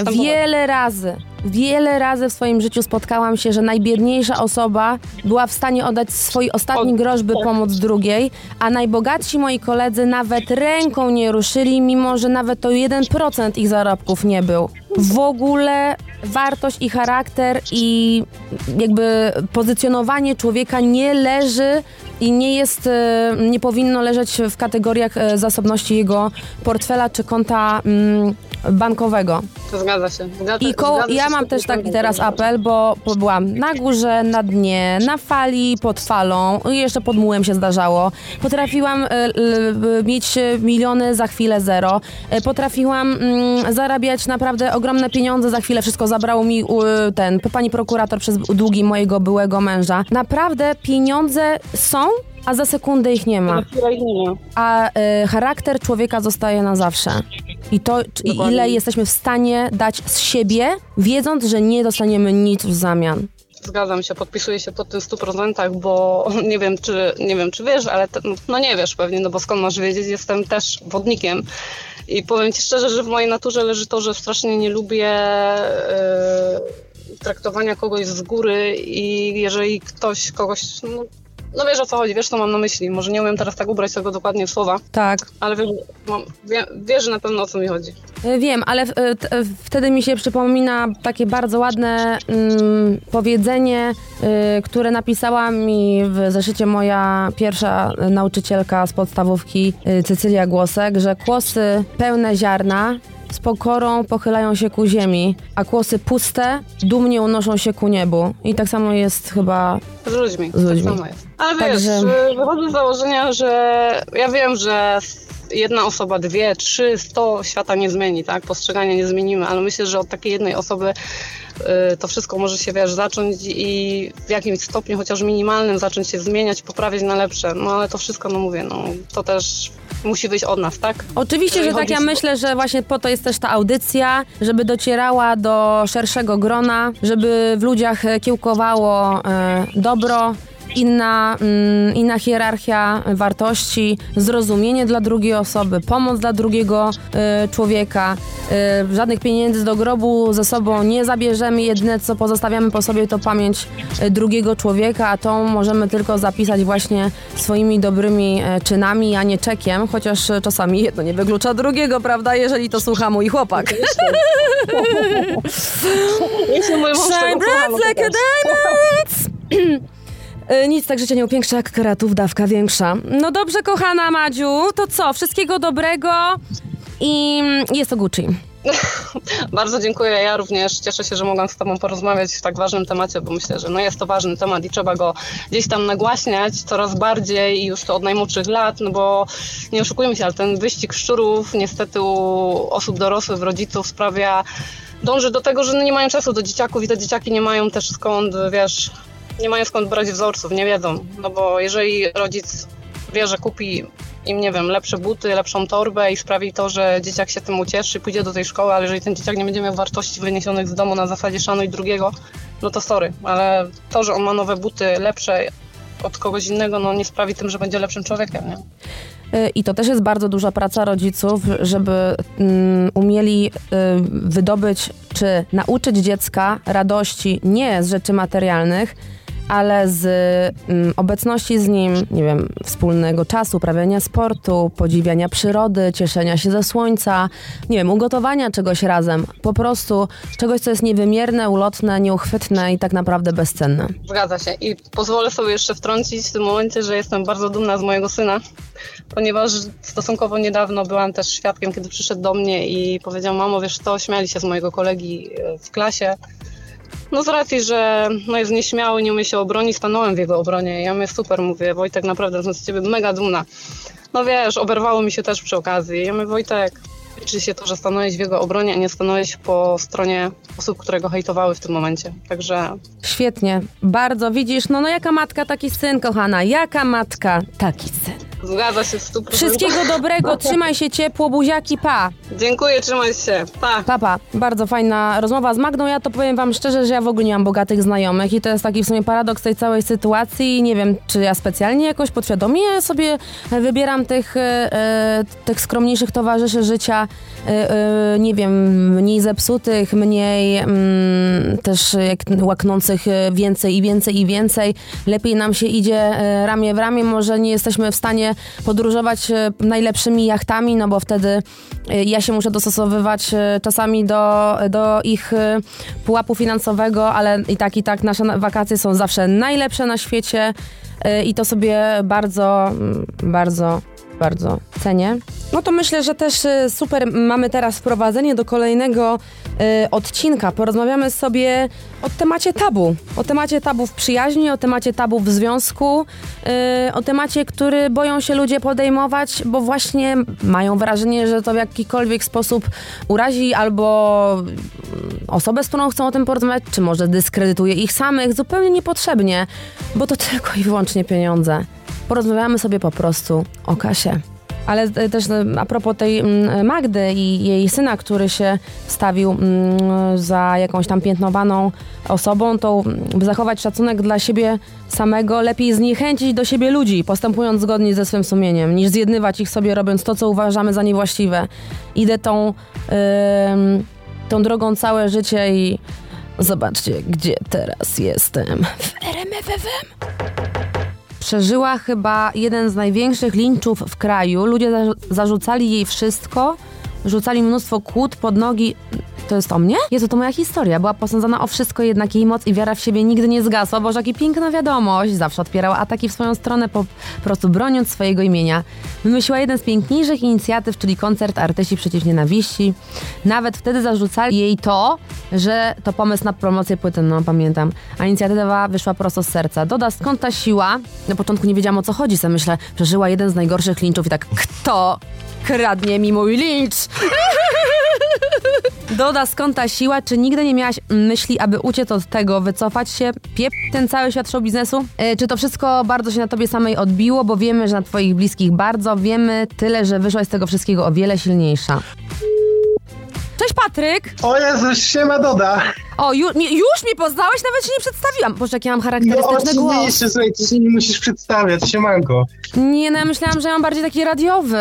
Wiele razy w swoim życiu spotkałam się, że najbiedniejsza osoba była w stanie oddać swój ostatni grosz, by pomóc drugiej, a najbogatsi moi koledzy nawet ręką nie ruszyli, mimo że nawet to 1% ich zarobków nie był. W ogóle wartość i charakter i jakby pozycjonowanie człowieka nie leży i nie powinno leżeć w kategoriach zasobności jego portfela czy konta bankowego. To zgadza się. Ja mam też taki teraz apel, bo byłam na górze, na dnie, na fali, pod falą, jeszcze pod mułem się zdarzało. Potrafiłam mieć miliony, za chwilę zero. Potrafiłam zarabiać naprawdę ogromne pieniądze, za chwilę wszystko zabrało mi pani prokurator przez długi mojego byłego męża. Naprawdę pieniądze są, a za sekundę ich nie ma. A charakter człowieka zostaje na zawsze. I to, ile jesteśmy w stanie dać z siebie, wiedząc, że nie dostaniemy nic w zamian. Zgadzam się, podpisuję się pod tym 100%, bo nie wiem, czy wiesz, ale nie wiesz pewnie, no bo skąd masz wiedzieć, jestem też wodnikiem. I powiem Ci szczerze, że w mojej naturze leży to, że strasznie nie lubię traktowania kogoś z góry i jeżeli ktoś kogoś No wiesz, o co chodzi, wiesz, co mam na myśli. Może nie umiem teraz tak ubrać tego dokładnie w słowa, Tak. ale wiesz na pewno, o co mi chodzi. Wiem, ale wtedy mi się przypomina takie bardzo ładne powiedzenie, które napisała mi w zeszycie moja pierwsza nauczycielka z podstawówki, Cecylia Głosek, że kłosy pełne ziarna z pokorą pochylają się ku ziemi, a kłosy puste dumnie unoszą się ku niebu. I tak samo jest chyba Z ludźmi. Z ludźmi. Tak samo jest. Ale wiesz, Także- wychodzę z założenia, że ja wiem, że jedna osoba, 2, 3, 100 świata nie zmieni, tak? Postrzegania nie zmienimy, ale myślę, że od takiej jednej osoby to wszystko może się, wiesz, zacząć i w jakimś stopniu, chociaż minimalnym, zacząć się zmieniać, poprawiać na lepsze. No ale to wszystko, no mówię, no to też musi wyjść od nas, tak? Oczywiście, że tak. Ja myślę, że właśnie po to jest też ta audycja, żeby docierała do szerszego grona, żeby w ludziach kiełkowało dobro, inna hierarchia wartości, zrozumienie dla drugiej osoby, pomoc dla drugiego człowieka. Żadnych pieniędzy do grobu ze sobą nie zabierzemy. Jedyne, co pozostawiamy po sobie, to pamięć drugiego człowieka, a tą możemy tylko zapisać właśnie swoimi dobrymi czynami, a nie czekiem, chociaż czasami jedno nie wyklucza drugiego, prawda, jeżeli to słucha mój chłopak. Jeśli mój mąż Shine tego bright słucha, no to like a też. diamond! Nic tak życia nie upiększa, jak karatów dawka większa. No dobrze, kochana Madziu, to co? Wszystkiego dobrego i jest to Gucci. Bardzo dziękuję. Ja również cieszę się, że mogłam z Tobą porozmawiać w tak ważnym temacie, bo myślę, że no jest to ważny temat i trzeba go gdzieś tam nagłaśniać coraz bardziej i już to od najmłodszych lat, no bo nie oszukujmy się, ale ten wyścig szczurów niestety u osób dorosłych, rodziców dąży do tego, że no nie mają czasu do dzieciaków i te dzieciaki nie mają też skąd, wiesz, nie mają skąd brać wzorców, nie wiedzą, no bo jeżeli rodzic wie, że kupi im, nie wiem, lepsze buty, lepszą torbę i sprawi to, że dzieciak się tym ucieszy, pójdzie do tej szkoły, ale jeżeli ten dzieciak nie będzie miał wartości wyniesionych z domu na zasadzie szanuj drugiego, no to sorry, ale to, że on ma nowe buty lepsze od kogoś innego, no nie sprawi tym, że będzie lepszym człowiekiem, nie? I to też jest bardzo duża praca rodziców, żeby umieli wydobyć czy nauczyć dziecka radości nie z rzeczy materialnych, ale z obecności z nim, nie wiem, wspólnego czasu, uprawiania sportu, podziwiania przyrody, cieszenia się ze słońca, nie wiem, ugotowania czegoś razem. Po prostu czegoś, co jest niewymierne, ulotne, nieuchwytne i tak naprawdę bezcenne. Zgadza się. I pozwolę sobie jeszcze wtrącić w tym momencie, że jestem bardzo dumna z mojego syna, ponieważ stosunkowo niedawno byłam też świadkiem, kiedy przyszedł do mnie i powiedział: mamo, wiesz co, śmiali się z mojego kolegi w klasie. No z racji, że no jest nieśmiały, nie umie się obronić, stanąłem w jego obronie. Ja mówię: super, mówię, Wojtek, naprawdę jestem z ciebie mega dumna. No wiesz, oberwało mi się też przy okazji. Ja mówię: Wojtek, liczy się to, że stanąłeś w jego obronie, a nie stanąłeś po stronie osób, które go hejtowały w tym momencie. Także... Świetnie, bardzo, widzisz, no jaka matka, taki syn, kochana, jaka matka, taki syn. Zgadza się w 100%. Wszystkiego dobrego, trzymaj się ciepło, buziaki, pa. Dziękuję, trzymaj się. Pa. Papa, bardzo fajna rozmowa z Magdą. Ja to powiem wam szczerze, że ja w ogóle nie mam bogatych znajomych i to jest taki w sumie paradoks tej całej sytuacji. Nie wiem, czy ja specjalnie jakoś podświadomie sobie wybieram tych skromniejszych towarzyszy życia, nie wiem, mniej zepsutych, mniej też łaknących więcej i więcej i więcej. Lepiej nam się idzie ramię w ramię, może nie jesteśmy w stanie podróżować najlepszymi jachtami, no bo wtedy ja się muszę dostosowywać czasami do ich pułapu finansowego, ale i tak nasze wakacje są zawsze najlepsze na świecie i to sobie bardzo, bardzo, bardzo cenię. No to myślę, że też super mamy teraz wprowadzenie do kolejnego odcinka. Porozmawiamy sobie o temacie tabu. O temacie tabu w przyjaźni, o temacie tabu w związku, o temacie, który boją się ludzie podejmować, bo właśnie mają wrażenie, że to w jakikolwiek sposób urazi albo osobę, z którą chcą o tym porozmawiać, czy może dyskredytuje ich samych zupełnie niepotrzebnie, bo to tylko i wyłącznie pieniądze. Porozmawiamy sobie po prostu o kasie. Ale też a propos tej Magdy i jej syna, który się stawił za jakąś tam piętnowaną osobą, to by zachować szacunek dla siebie samego, lepiej zniechęcić do siebie ludzi, postępując zgodnie ze swym sumieniem, niż zjednywać ich sobie, robiąc to, co uważamy za niewłaściwe. Idę tą drogą całe życie i zobaczcie, gdzie teraz jestem. W RMF FM. przeżyła chyba jeden z największych linczów w kraju. Ludzie zarzucali jej wszystko, rzucali mnóstwo kłód pod nogi. To jest o mnie? Jezu, to moja historia. Była posądzona o wszystko, jednak jej moc i wiara w siebie nigdy nie zgasła. Boże, jaka piękna wiadomość. Zawsze odpierała ataki w swoją stronę, po prostu broniąc swojego imienia. Wymyśliła jeden z piękniejszych inicjatyw, czyli koncert Artyści przeciw nienawiści. Nawet wtedy zarzucali jej to, że to pomysł na promocję płyty, no pamiętam. A inicjatywa wyszła prosto z serca. Doda, skąd ta siła? Na początku nie wiedziałam, o co chodzi. Sobie myślę, przeżyła jeden z najgorszych linczów i tak, kto kradnie mi mój lincz? Doda, skąd ta siła? Czy nigdy nie miałaś myśli, aby uciec od tego, wycofać się, ten cały świat show biznesu? Czy to wszystko bardzo się na tobie samej odbiło? Bo wiemy, że na twoich bliskich bardzo. Wiemy tyle, że wyszłaś z tego wszystkiego o wiele silniejsza. Cześć, Patryk! O Jezus, siema Doda! O, już mnie poznałeś? Nawet się nie przedstawiłam. Boże, jaki ja mam charakterystyczny głos. No oczywiście, słuchaj, ty się nie musisz przedstawiać, siemanko. Nie, no ja myślałam, że ja mam bardziej taki radiowy.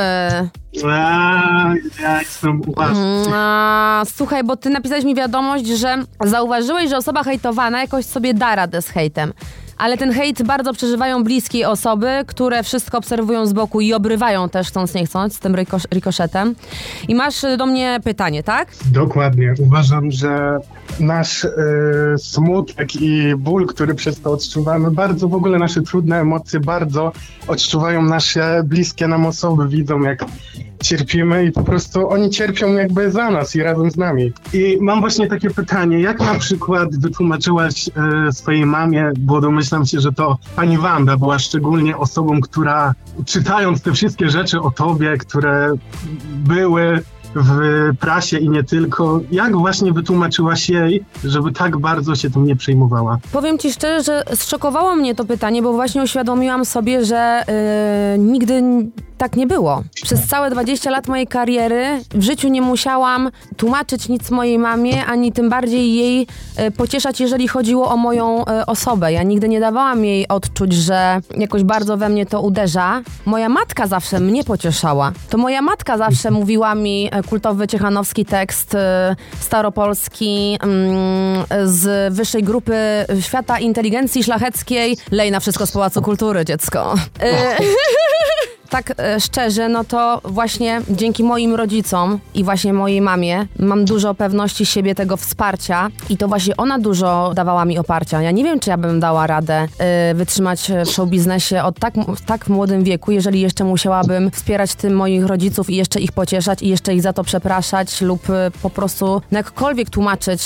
Ja jestem uważny. Słuchaj, bo ty napisałeś mi wiadomość, że zauważyłeś, że osoba hejtowana jakoś sobie da radę z hejtem. Ale ten hejt bardzo przeżywają bliskie osoby, które wszystko obserwują z boku i obrywają też, chcąc nie chcąc, z tym rikoszetem. I masz do mnie pytanie, tak? Dokładnie. Uważam, że nasz smutek i ból, który przez to odczuwamy, bardzo w ogóle nasze trudne emocje bardzo odczuwają nasze bliskie nam osoby, widzą jak cierpimy i po prostu oni cierpią jakby za nas i razem z nami. I mam właśnie takie pytanie, jak na przykład wytłumaczyłaś swojej mamie, bo domyślam się, że to pani Wanda była szczególnie osobą, która czytając te wszystkie rzeczy o tobie, które były w prasie i nie tylko, jak właśnie wytłumaczyłaś jej, żeby tak bardzo się tym nie przejmowała? Powiem ci szczerze, że zszokowało mnie to pytanie, bo właśnie uświadomiłam sobie, że nigdy tak nie było. Przez całe 20 lat mojej kariery w życiu nie musiałam tłumaczyć nic mojej mamie, ani tym bardziej jej pocieszać, jeżeli chodziło o moją osobę. Ja nigdy nie dawałam jej odczuć, że jakoś bardzo we mnie to uderza. Moja matka zawsze mnie pocieszała. To moja matka zawsze mówiła mi kultowy ciechanowski tekst staropolski z wyższej grupy świata inteligencji szlacheckiej. Lej na wszystko z Pałacu Kultury, dziecko. Tak szczerze, no to właśnie dzięki moim rodzicom i właśnie mojej mamie mam dużo pewności siebie, tego wsparcia i to właśnie ona dużo dawała mi oparcia. Ja nie wiem, czy ja bym dała radę wytrzymać w show biznesie od tak młodym wieku, jeżeli jeszcze musiałabym wspierać tym moich rodziców i jeszcze ich pocieszać i jeszcze ich za to przepraszać lub po prostu jakkolwiek tłumaczyć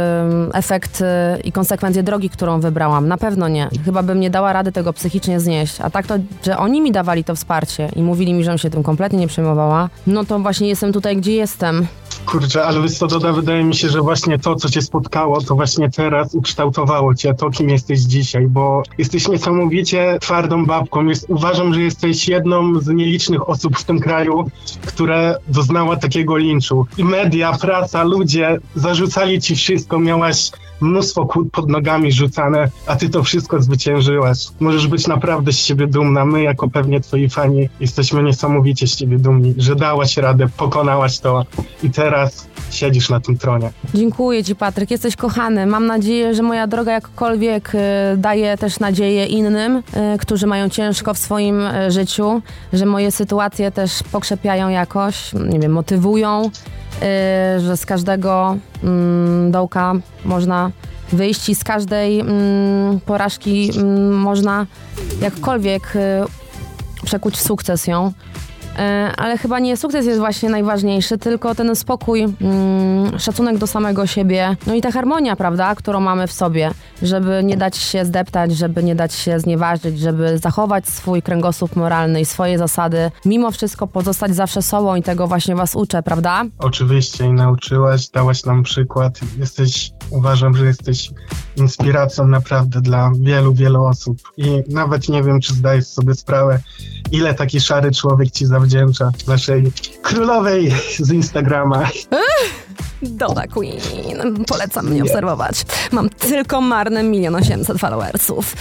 efekt i konsekwencje drogi, którą wybrałam. Na pewno nie. Chyba bym nie dała rady tego psychicznie znieść. A tak to, że oni mi dawali to wsparcie i mówili mi, żebym się tym kompletnie nie przejmowała, no to właśnie jestem tutaj, gdzie jestem. Kurczę, ale wiesz co, Doda, wydaje mi się, że właśnie to, co cię spotkało, to właśnie teraz ukształtowało cię, to, kim jesteś dzisiaj, bo jesteś niesamowicie twardą babką. Uważam, że jesteś jedną z nielicznych osób w tym kraju, które doznała takiego linczu. I media, prasa, ludzie zarzucali ci wszystko, miałaś mnóstwo kłód pod nogami rzucane, a ty to wszystko zwyciężyłaś. Możesz być naprawdę z siebie dumna. My, jako pewnie twoi fani, jesteśmy niesamowicie z ciebie dumni, że dałaś radę, pokonałaś to i teraz siedzisz na tym tronie. Dziękuję ci, Patryk, jesteś kochany. Mam nadzieję, że moja droga jakkolwiek daje też nadzieję innym, którzy mają ciężko w swoim życiu, że moje sytuacje też pokrzepiają jakoś, nie wiem, motywują, że z każdego dołka można wyjść i z każdej porażki można jakkolwiek przekuć w sukces ją. Ale chyba nie sukces jest właśnie najważniejszy, tylko ten spokój, szacunek do samego siebie, no i ta harmonia, prawda, którą mamy w sobie, żeby nie dać się zdeptać, żeby nie dać się znieważyć, żeby zachować swój kręgosłup moralny i swoje zasady, mimo wszystko pozostać zawsze sobą i tego właśnie was uczę, prawda? Oczywiście i nauczyłaś, dałaś nam przykład. Uważam, że jesteś inspiracją naprawdę dla wielu, wielu osób i nawet nie wiem, czy zdajesz sobie sprawę, ile taki szary człowiek ci zawdzięcza, naszej królowej z Instagrama. Doda Queen. Polecam mnie obserwować. Mam tylko marne 1 800 000 followersów.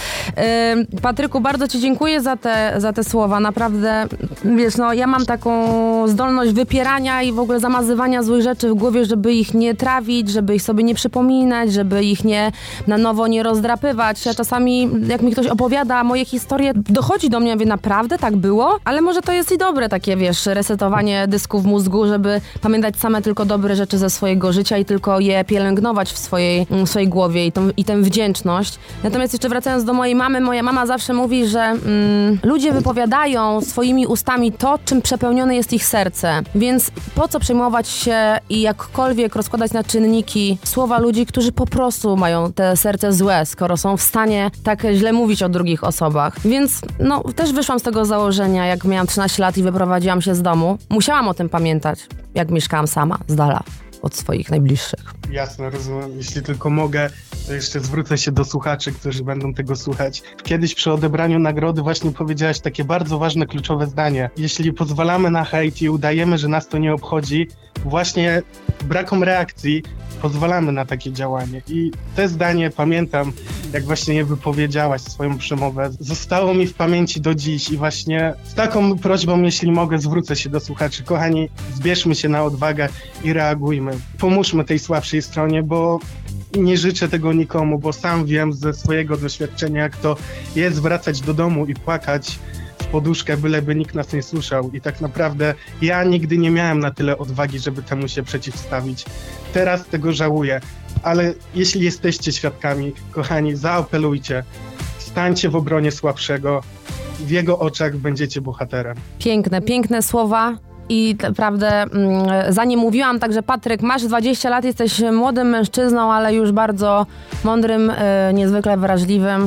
Patryku, bardzo ci dziękuję za te słowa. Naprawdę, wiesz, no ja mam taką zdolność wypierania i w ogóle zamazywania złych rzeczy w głowie, żeby ich nie trawić, żeby ich sobie nie przypominać, żeby ich na nowo nie rozdrapywać. Ja czasami, jak mi ktoś opowiada moje historie, dochodzi do mnie, mówię, naprawdę tak było? Ale może to jest i dobre takie, wiesz, resetowanie dysku w mózgu, żeby pamiętać same tylko dobre rzeczy ze swojego życia i tylko je pielęgnować w swojej głowie i tę wdzięczność. Natomiast jeszcze wracając do mojej mamy, moja mama zawsze mówi, że ludzie wypowiadają swoimi ustami to, czym przepełnione jest ich serce. Więc po co przejmować się i jakkolwiek rozkładać na czynniki słowa ludzi, którzy po prostu mają te serce złe, skoro są w stanie tak źle mówić o drugich osobach. Więc no, też wyszłam z tego założenia, jak miałam 13 lat i wyprowadziłam się z domu. Musiałam o tym pamiętać, jak mieszkałam sama, z dala od swoich najbliższych. Jasne, rozumiem. Jeśli tylko mogę, to jeszcze zwrócę się do słuchaczy, którzy będą tego słuchać. Kiedyś przy odebraniu nagrody właśnie powiedziałaś takie bardzo ważne, kluczowe zdanie. Jeśli pozwalamy na hejt i udajemy, że nas to nie obchodzi, właśnie brakiem reakcji pozwalamy na takie działanie. I te zdanie pamiętam, jak właśnie je wypowiedziałaś, swoją przemowę. Zostało mi w pamięci do dziś i właśnie z taką prośbą, jeśli mogę, zwrócę się do słuchaczy. Kochani, zbierzmy się na odwagę i reagujmy. Pomóżmy tej słabszej stronie, bo nie życzę tego nikomu, bo sam wiem ze swojego doświadczenia, jak to jest wracać do domu i płakać w poduszkę, byleby nikt nas nie słyszał. I tak naprawdę ja nigdy nie miałem na tyle odwagi, żeby temu się przeciwstawić. Teraz tego żałuję, ale jeśli jesteście świadkami, kochani, zaapelujcie, stańcie w obronie słabszego, w jego oczach będziecie bohaterem. Piękne słowa. I naprawdę za nie mówiłam, także Patryk, masz 20 lat, jesteś młodym mężczyzną, ale już bardzo mądrym, niezwykle wrażliwym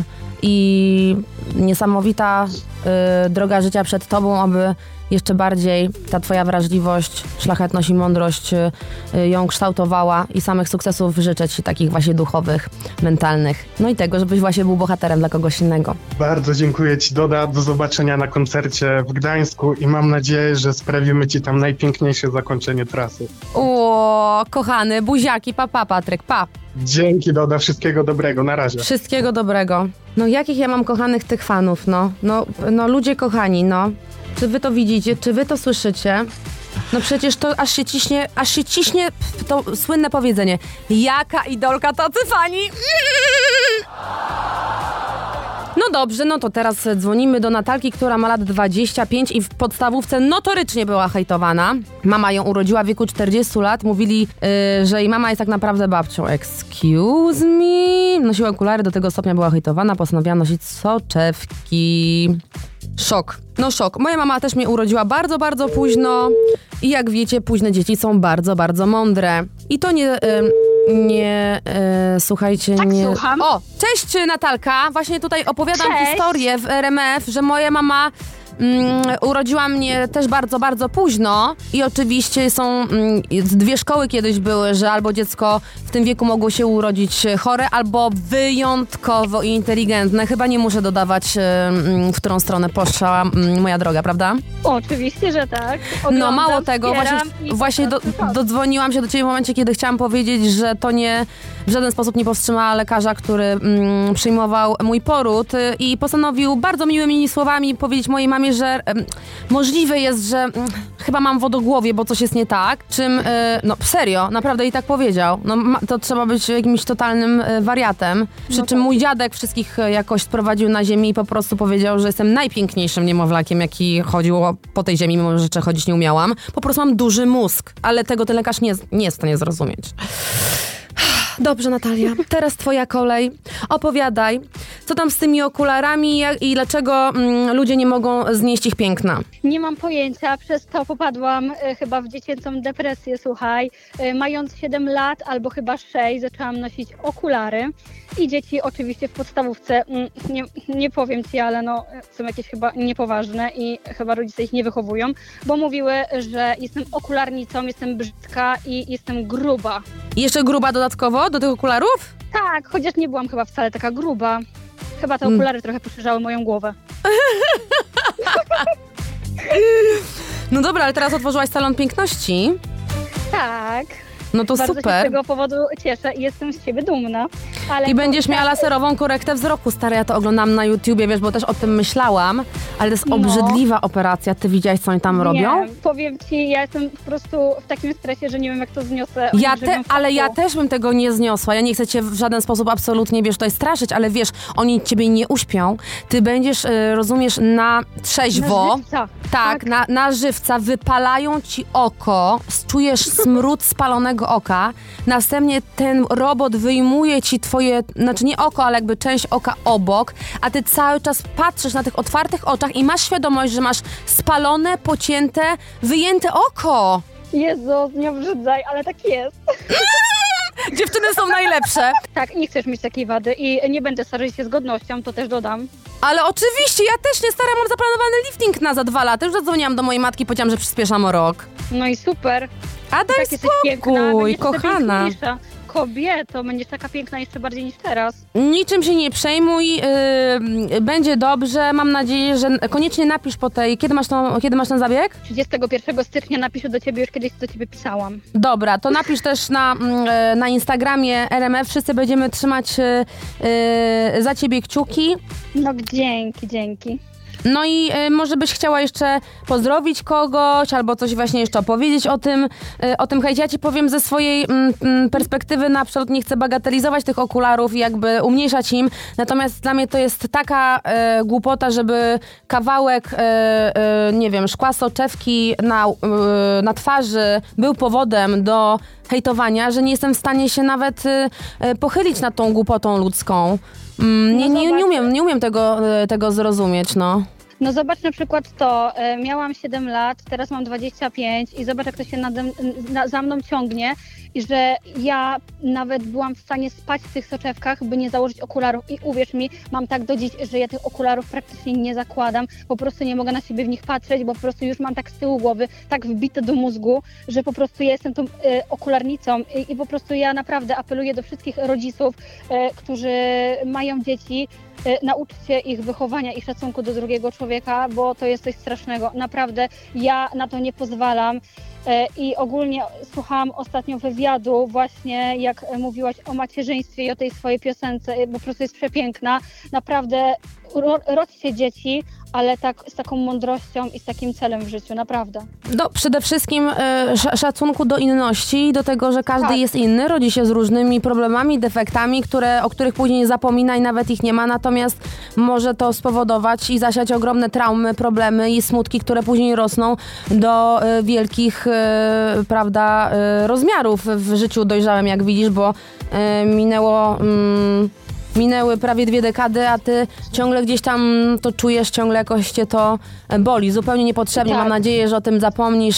i niesamowita droga życia przed tobą, aby jeszcze bardziej ta twoja wrażliwość, szlachetność i mądrość ją kształtowała i samych sukcesów życzę ci takich właśnie duchowych, mentalnych. No i tego, żebyś właśnie był bohaterem dla kogoś innego. Bardzo dziękuję ci, Doda. Do zobaczenia na koncercie w Gdańsku i mam nadzieję, że sprawimy ci tam najpiękniejsze zakończenie trasy. O, kochany, buziaki, pa, Patryk, pa. Dzięki, Doda, wszystkiego dobrego, na razie. Wszystkiego dobrego. No jakich ja mam kochanych tych fanów, no ludzie kochani, no. Czy wy to widzicie? Czy wy to słyszycie? No przecież to aż się ciśnie to słynne powiedzenie. Jaka idolka, tacy fani! No dobrze, no to teraz dzwonimy do Natalki, która ma lat 25 i w podstawówce notorycznie była hejtowana. Mama ją urodziła w wieku 40 lat. Mówili, że jej mama jest tak naprawdę babcią. Excuse me? Nosiła okulary, do tego stopnia była hejtowana. Postanowiła nosić soczewki. Szok. No szok. Moja mama też mnie urodziła bardzo, bardzo późno i jak wiecie, późne dzieci są bardzo, bardzo mądre. I to słuchajcie, tak, nie... Słucham. O, cześć Natalka. Właśnie tutaj opowiadam historię w RMF, że moja mama urodziła mnie też bardzo, bardzo późno i oczywiście są dwie szkoły kiedyś były, że albo dziecko w tym wieku mogło się urodzić chore, albo wyjątkowo inteligentne. Chyba nie muszę dodawać, w którą stronę poszła moja droga, prawda? Oczywiście, że tak. Oglądam, no mało tego, właśnie dodzwoniłam się do ciebie w momencie, kiedy chciałam powiedzieć, że to nie w żaden sposób nie powstrzymała lekarza, który przyjmował mój poród i postanowił bardzo miłymi słowami powiedzieć mojej mamie, że możliwe jest, że chyba mam wodogłowie, bo coś jest nie tak, czym, no serio, naprawdę i tak powiedział. No to trzeba być jakimś totalnym wariatem, przy czym mój dziadek wszystkich jakoś sprowadził na ziemię i po prostu powiedział, że jestem najpiękniejszym niemowlakiem, jaki chodziło po tej ziemi, mimo że jeszcze chodzić nie umiałam. Po prostu mam duży mózg, ale tego ten lekarz nie jest w stanie zrozumieć. Dobrze, Natalia, teraz twoja kolej. Opowiadaj, co tam z tymi okularami i dlaczego ludzie nie mogą znieść ich piękna? Nie mam pojęcia, przez to popadłam chyba w dziecięcą depresję, słuchaj. Mając 7 lat albo chyba 6 zaczęłam nosić okulary i dzieci oczywiście w podstawówce, nie powiem ci, ale no są jakieś chyba niepoważne i chyba rodzice ich nie wychowują, bo mówiły, że jestem okularnicą, jestem brzydka i jestem gruba. I jeszcze gruba dodatkowo do tych okularów? Tak, chociaż nie byłam chyba wcale taka gruba. Chyba te okulary trochę poszerzały moją głowę. No dobra, ale teraz otworzyłaś salon piękności. Tak. No to Bardzo się super. z tego powodu cieszę i jestem z siebie dumna. Ale I będziesz to miała laserową korektę wzroku, stara, ja to oglądam na YouTubie, wiesz, bo też o tym myślałam, ale to jest No. obrzydliwa operacja. Ty widziałaś, co oni tam robią? Nie, powiem ci, ja jestem po prostu w takim stresie, że nie wiem, jak to zniosę. Ja Oni żywią w ale ja szoku. też bym tego nie zniosła. Ja nie chcę cię w żaden sposób absolutnie, wiesz, tutaj straszyć, ale wiesz, oni ciebie nie uśpią. Ty będziesz, rozumiesz, na trzeźwo. Na żywca. Tak, na żywca wypalają ci oko, czujesz smród spalonego oka, następnie ten robot wyjmuje ci twoje, znaczy nie oko, ale jakby część oka obok, a ty cały czas patrzysz na tych otwartych oczach i masz świadomość, że masz spalone, pocięte, wyjęte oko. Jezu, nie obrzydzaj, ale tak jest. Dziewczyny są najlepsze. Tak, nie chcesz mieć takiej wady i nie będę starać się z godnością, to też dodam. Ale oczywiście, ja też nie stara, mam zaplanowany lifting na za 2 lata. Już zadzwoniłam do mojej matki, powiedziałam, że przyspieszam o rok. No i super. A daj Tak jesteś piękna, spokój, będziesz jeszcze kochana. piękniejsza. Kobieto, będziesz taka piękna jeszcze bardziej niż teraz. Niczym się nie przejmuj, będzie dobrze. Mam nadzieję, że koniecznie napisz po tej... Kiedy masz ten zabieg? 31 stycznia napiszę do ciebie, już kiedyś do ciebie pisałam. Dobra, to napisz też na Instagramie RMF. Wszyscy będziemy trzymać za ciebie kciuki. No dzięki. No i może byś chciała jeszcze pozdrowić kogoś, albo coś właśnie jeszcze opowiedzieć o tym hejcie. Ja ci powiem ze swojej perspektywy, no absolutnie nie chcę bagatelizować tych okularów i jakby umniejszać im, natomiast dla mnie to jest taka głupota, żeby kawałek, nie wiem, szkła soczewki na twarzy był powodem do hejtowania, że nie jestem w stanie się nawet pochylić nad tą głupotą ludzką. Nie umiem tego zrozumieć, no. No zobacz na przykład to, miałam 7 lat, teraz mam 25 i zobacz, jak to się za mną ciągnie i że ja nawet byłam w stanie spać w tych soczewkach, by nie założyć okularów i uwierz mi, mam tak do dziś, że ja tych okularów praktycznie nie zakładam, po prostu nie mogę na siebie w nich patrzeć, bo po prostu już mam tak z tyłu głowy, tak wbite do mózgu, że po prostu ja jestem tą okularnicą i po prostu ja naprawdę apeluję do wszystkich rodziców, którzy mają dzieci, nauczcie ich wychowania i szacunku do drugiego człowieka, bo to jest coś strasznego. Naprawdę ja na to nie pozwalam. I ogólnie słuchałam ostatnio wywiadu właśnie, jak mówiłaś o macierzyństwie i o tej swojej piosence, bo po prostu jest przepiękna. Naprawdę rodźcie dzieci, ale tak z taką mądrością i z takim celem w życiu, naprawdę. Przede wszystkim szacunku do inności, do tego, że każdy jest inny, rodzi się z różnymi problemami, defektami, o których później zapomina i nawet ich nie ma, natomiast może to spowodować i zasiać ogromne traumy, problemy i smutki, które później rosną do wielkich, rozmiarów w życiu dojrzałym, jak widzisz, bo minęły prawie 2 dekady, a ty ciągle gdzieś tam to czujesz, ciągle jakoś cię to boli. Zupełnie niepotrzebnie. Tak. Mam nadzieję, że o tym zapomnisz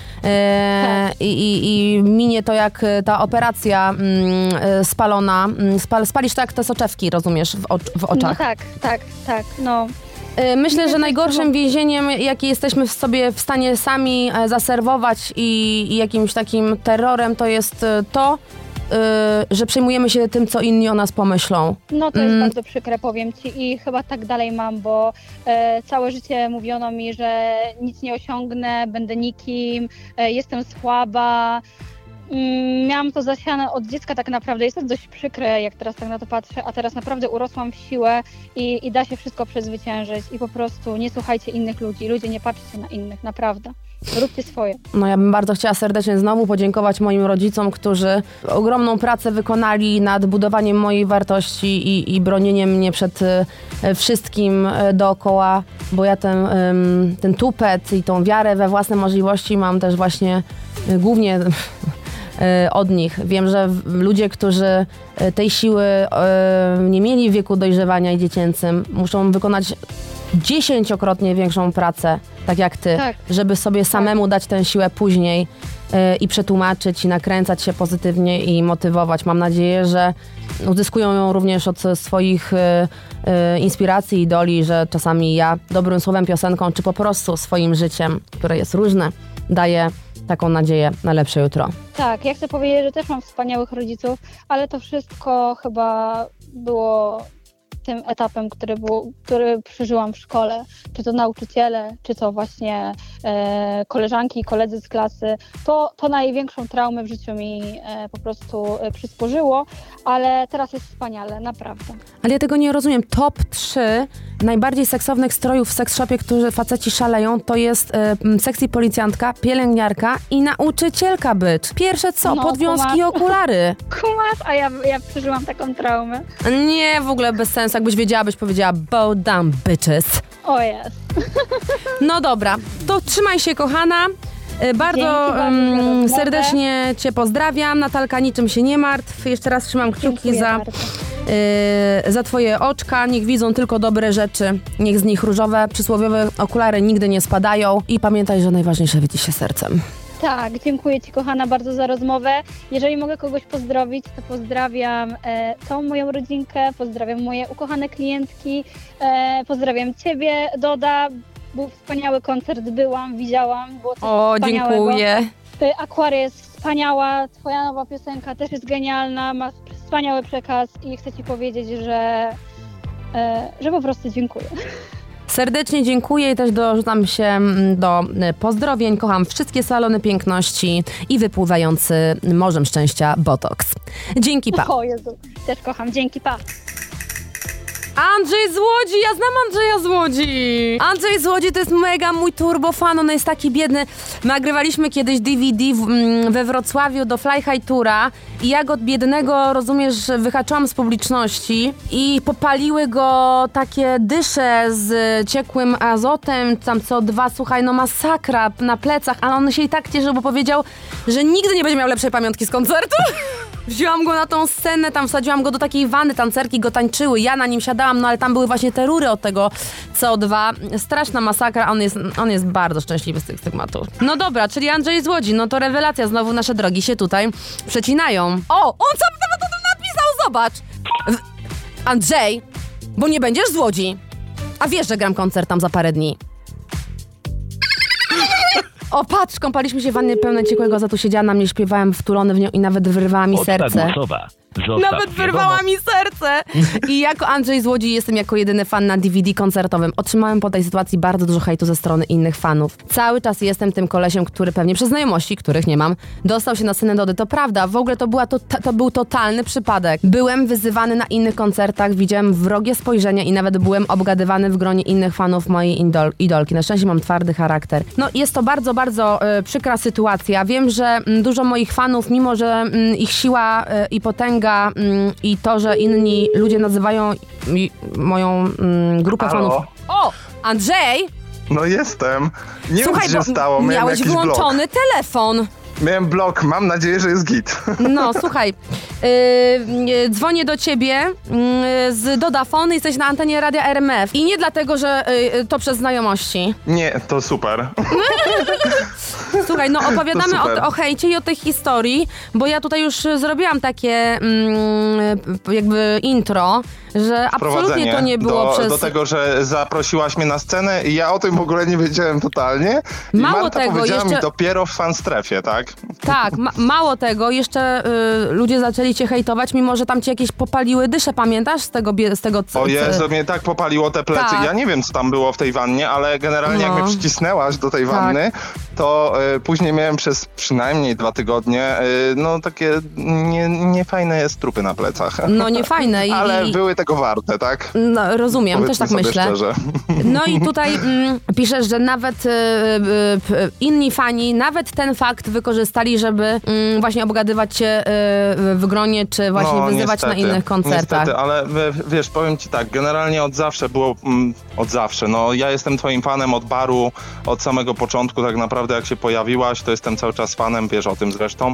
i minie to jak ta operacja spalona. Spalisz to jak te soczewki, rozumiesz, w oczach. No tak, no. Myślę, że najgorszym więzieniem, jakie jesteśmy sobie w stanie sami zaserwować i jakimś takim terrorem, to jest to, że przejmujemy się tym, co inni o nas pomyślą. No to jest bardzo przykre, powiem ci, i chyba tak dalej mam, bo całe życie mówiono mi, że nic nie osiągnę, będę nikim, jestem słaba. Miałam to zasiane od dziecka tak naprawdę. Jest to dość przykre, jak teraz tak na to patrzę, a teraz naprawdę urosłam w siłę i da się wszystko przezwyciężyć i po prostu nie słuchajcie innych ludzi. Ludzie, nie patrzcie na innych, naprawdę. Róbcie swoje. No ja bym bardzo chciała serdecznie znowu podziękować moim rodzicom, którzy ogromną pracę wykonali nad budowaniem mojej wartości i bronieniem mnie przed wszystkim dookoła, bo ja ten tupet i tą wiarę we własne możliwości mam też właśnie głównie od nich. Wiem, że ludzie, którzy tej siły nie mieli w wieku dojrzewania i dziecięcym, muszą wykonać 10-krotnie większą pracę, tak jak ty, żeby sobie samemu dać tę siłę później i przetłumaczyć i nakręcać się pozytywnie i motywować. Mam nadzieję, że uzyskują ją również od swoich inspiracji, idoli, że czasami ja dobrym słowem, piosenką, czy po prostu swoim życiem, które jest różne, daję taką nadzieję na lepsze jutro. Tak, ja chcę powiedzieć, że też mam wspaniałych rodziców, ale to wszystko chyba było tym etapem, który przeżyłam w szkole, czy to nauczyciele, czy to właśnie koleżanki i koledzy z klasy, to największą traumę w życiu mi po prostu przysporzyło, ale teraz jest wspaniale, naprawdę. Ale ja tego nie rozumiem. Top 3 najbardziej seksownych strojów w seksshopie, którzy faceci szaleją, to jest sexy policjantka, pielęgniarka i nauczycielka być. Pierwsze co? No, Podwiązki i okulary. Kumasz, a ja przeżyłam taką traumę. Nie, w ogóle bez sensu. Jakbyś wiedziała, byś powiedziała bow down, bitches. O jest. No dobra, to trzymaj się, kochana. Bardzo serdecznie Cię pozdrawiam. Natalka, niczym się nie martw. Jeszcze raz trzymam kciuki za Twoje oczka. Niech widzą tylko dobre rzeczy. Niech z nich różowe, przysłowiowe okulary nigdy nie spadają. I pamiętaj, że najważniejsze wiedzie się sercem. Tak, dziękuję Ci, kochana, bardzo za rozmowę. Jeżeli mogę kogoś pozdrowić, to pozdrawiam całą moją rodzinkę, pozdrawiam moje ukochane klientki, pozdrawiam Ciebie, Doda. Był wspaniały koncert, widziałam, było coś wspaniałego. Dziękuję. Aquaria jest wspaniała, Twoja nowa piosenka też jest genialna, ma wspaniały przekaz i chcę Ci powiedzieć, że po prostu dziękuję. Serdecznie dziękuję i też dorzucam się do pozdrowień. Kocham wszystkie salony piękności i wypływający morzem szczęścia Botox. Dzięki, pa. O Jezu, też kocham, dzięki, pa. Andrzej z Łodzi, ja znam Andrzeja z Łodzi. Andrzej z Łodzi to jest mega mój turbofan, on jest taki biedny. Nagrywaliśmy kiedyś DVD we Wrocławiu do Fly High Toura i ja go biednego, rozumiesz, wyhaczyłam z publiczności i popaliły go takie dysze z ciekłym azotem, tam CO2, słuchaj, no masakra na plecach, ale on się i tak cieszył, bo powiedział, że nigdy nie będzie miał lepszej pamiątki z koncertu. Wzięłam go na tą scenę, tam wsadziłam go do takiej wanny, tancerki go tańczyły, ja na nim siadałam, no ale tam były właśnie te rury od tego CO2. Straszna masakra, on jest bardzo szczęśliwy z tych stygmatów. No dobra, czyli Andrzej z Łodzi, no to rewelacja, znowu nasze drogi się tutaj przecinają. O, on sam nawet o tym napisał, zobacz! Andrzej, bo nie będziesz z Łodzi, a wiesz, że gram koncert tam za parę dni. O, patrz, kąpaliśmy się w wannie pełnej ciekłego azotu, siedziała na mnie, śpiewałem wtulony w nią i nawet wyrwała mi serce. Nawet wyrwała mi serce! I jako Andrzej z Łodzi jestem jako jedyny fan na DVD koncertowym. Otrzymałem po tej sytuacji bardzo dużo hejtu ze strony innych fanów. Cały czas jestem tym kolesiem, który pewnie przez znajomości, których nie mam, dostał się na scenę Dody. To prawda, w ogóle to był totalny przypadek. Byłem wyzywany na innych koncertach, widziałem wrogie spojrzenia i nawet byłem obgadywany w gronie innych fanów mojej idolki. Na szczęście mam twardy charakter. No jest to bardzo, bardzo przykra sytuacja. Wiem, że dużo moich fanów, mimo że ich siła i potęga i to, że inni ludzie nazywają moją grupę fanów. O! Andrzej! No jestem. Nie wiem, co się stało. Miałeś wyłączony telefon. Miałem blok, mam nadzieję, że jest git. No, słuchaj, dzwonię do ciebie z Dodafon, jesteś na antenie Radia RMF i nie dlatego, że to przez znajomości. Nie, to super. Słuchaj, no opowiadamy o hejcie i o tej historii, bo ja tutaj już zrobiłam takie jakby intro, że absolutnie to nie było do tego, że zaprosiłaś mnie na scenę i ja o tym w ogóle nie wiedziałem totalnie. I mało Marta tego, powiedziała jeszcze... mi dopiero w fanstrefie, tak? Tak, mało tego, jeszcze ludzie zaczęli cię hejtować, mimo że tam ci jakieś popaliły dysze, pamiętasz? Z tego O Jezu, mnie tak popaliło te plecy. Tak. Ja nie wiem, co tam było w tej wannie, ale generalnie jak mnie przycisnęłaś do tej wanny, to później miałem przez przynajmniej 2 tygodnie no takie niefajne strupy na plecach. No niefajne. Ale były tego warte, tak? No, rozumiem, Powiedzmy też tak myślę. Szczerze. No i tutaj piszesz, że nawet inni fani, nawet ten fakt wykorzystali, żeby właśnie obgadywać cię w gronie, czy właśnie wyzywać niestety, na innych koncertach. Niestety, ale wiesz, powiem ci tak, generalnie od zawsze było, no ja jestem twoim fanem od baru, od samego początku tak naprawdę jak się pojawiłaś, to jestem cały czas fanem, wiesz o tym zresztą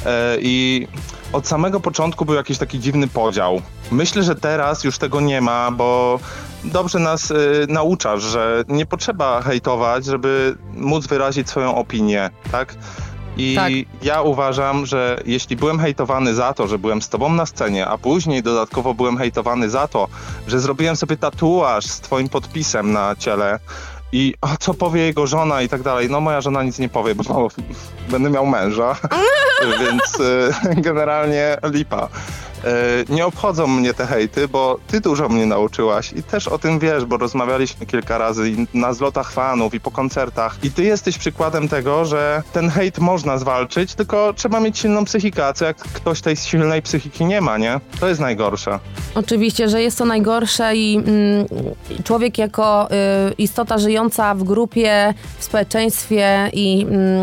i od samego początku był jakiś taki dziwny podział. Myślę, że teraz już tego nie ma, bo dobrze nas nauczasz, że nie potrzeba hejtować, żeby móc wyrazić swoją opinię, tak? I ja uważam, że jeśli byłem hejtowany za to, że byłem z tobą na scenie, a później dodatkowo byłem hejtowany za to, że zrobiłem sobie tatuaż z twoim podpisem na ciele i co powie jego żona i tak dalej. No moja żona nic nie powie, bo będę miał męża, więc generalnie lipa. nie obchodzą mnie te hejty, bo ty dużo mnie nauczyłaś i też o tym wiesz, bo rozmawialiśmy kilka razy i na zlotach fanów i po koncertach i ty jesteś przykładem tego, że ten hejt można zwalczyć, tylko trzeba mieć silną psychikę, a co jak ktoś tej silnej psychiki nie ma, nie? To jest najgorsze. Oczywiście, że jest to najgorsze i człowiek jako istota żyjąca w grupie, w społeczeństwie i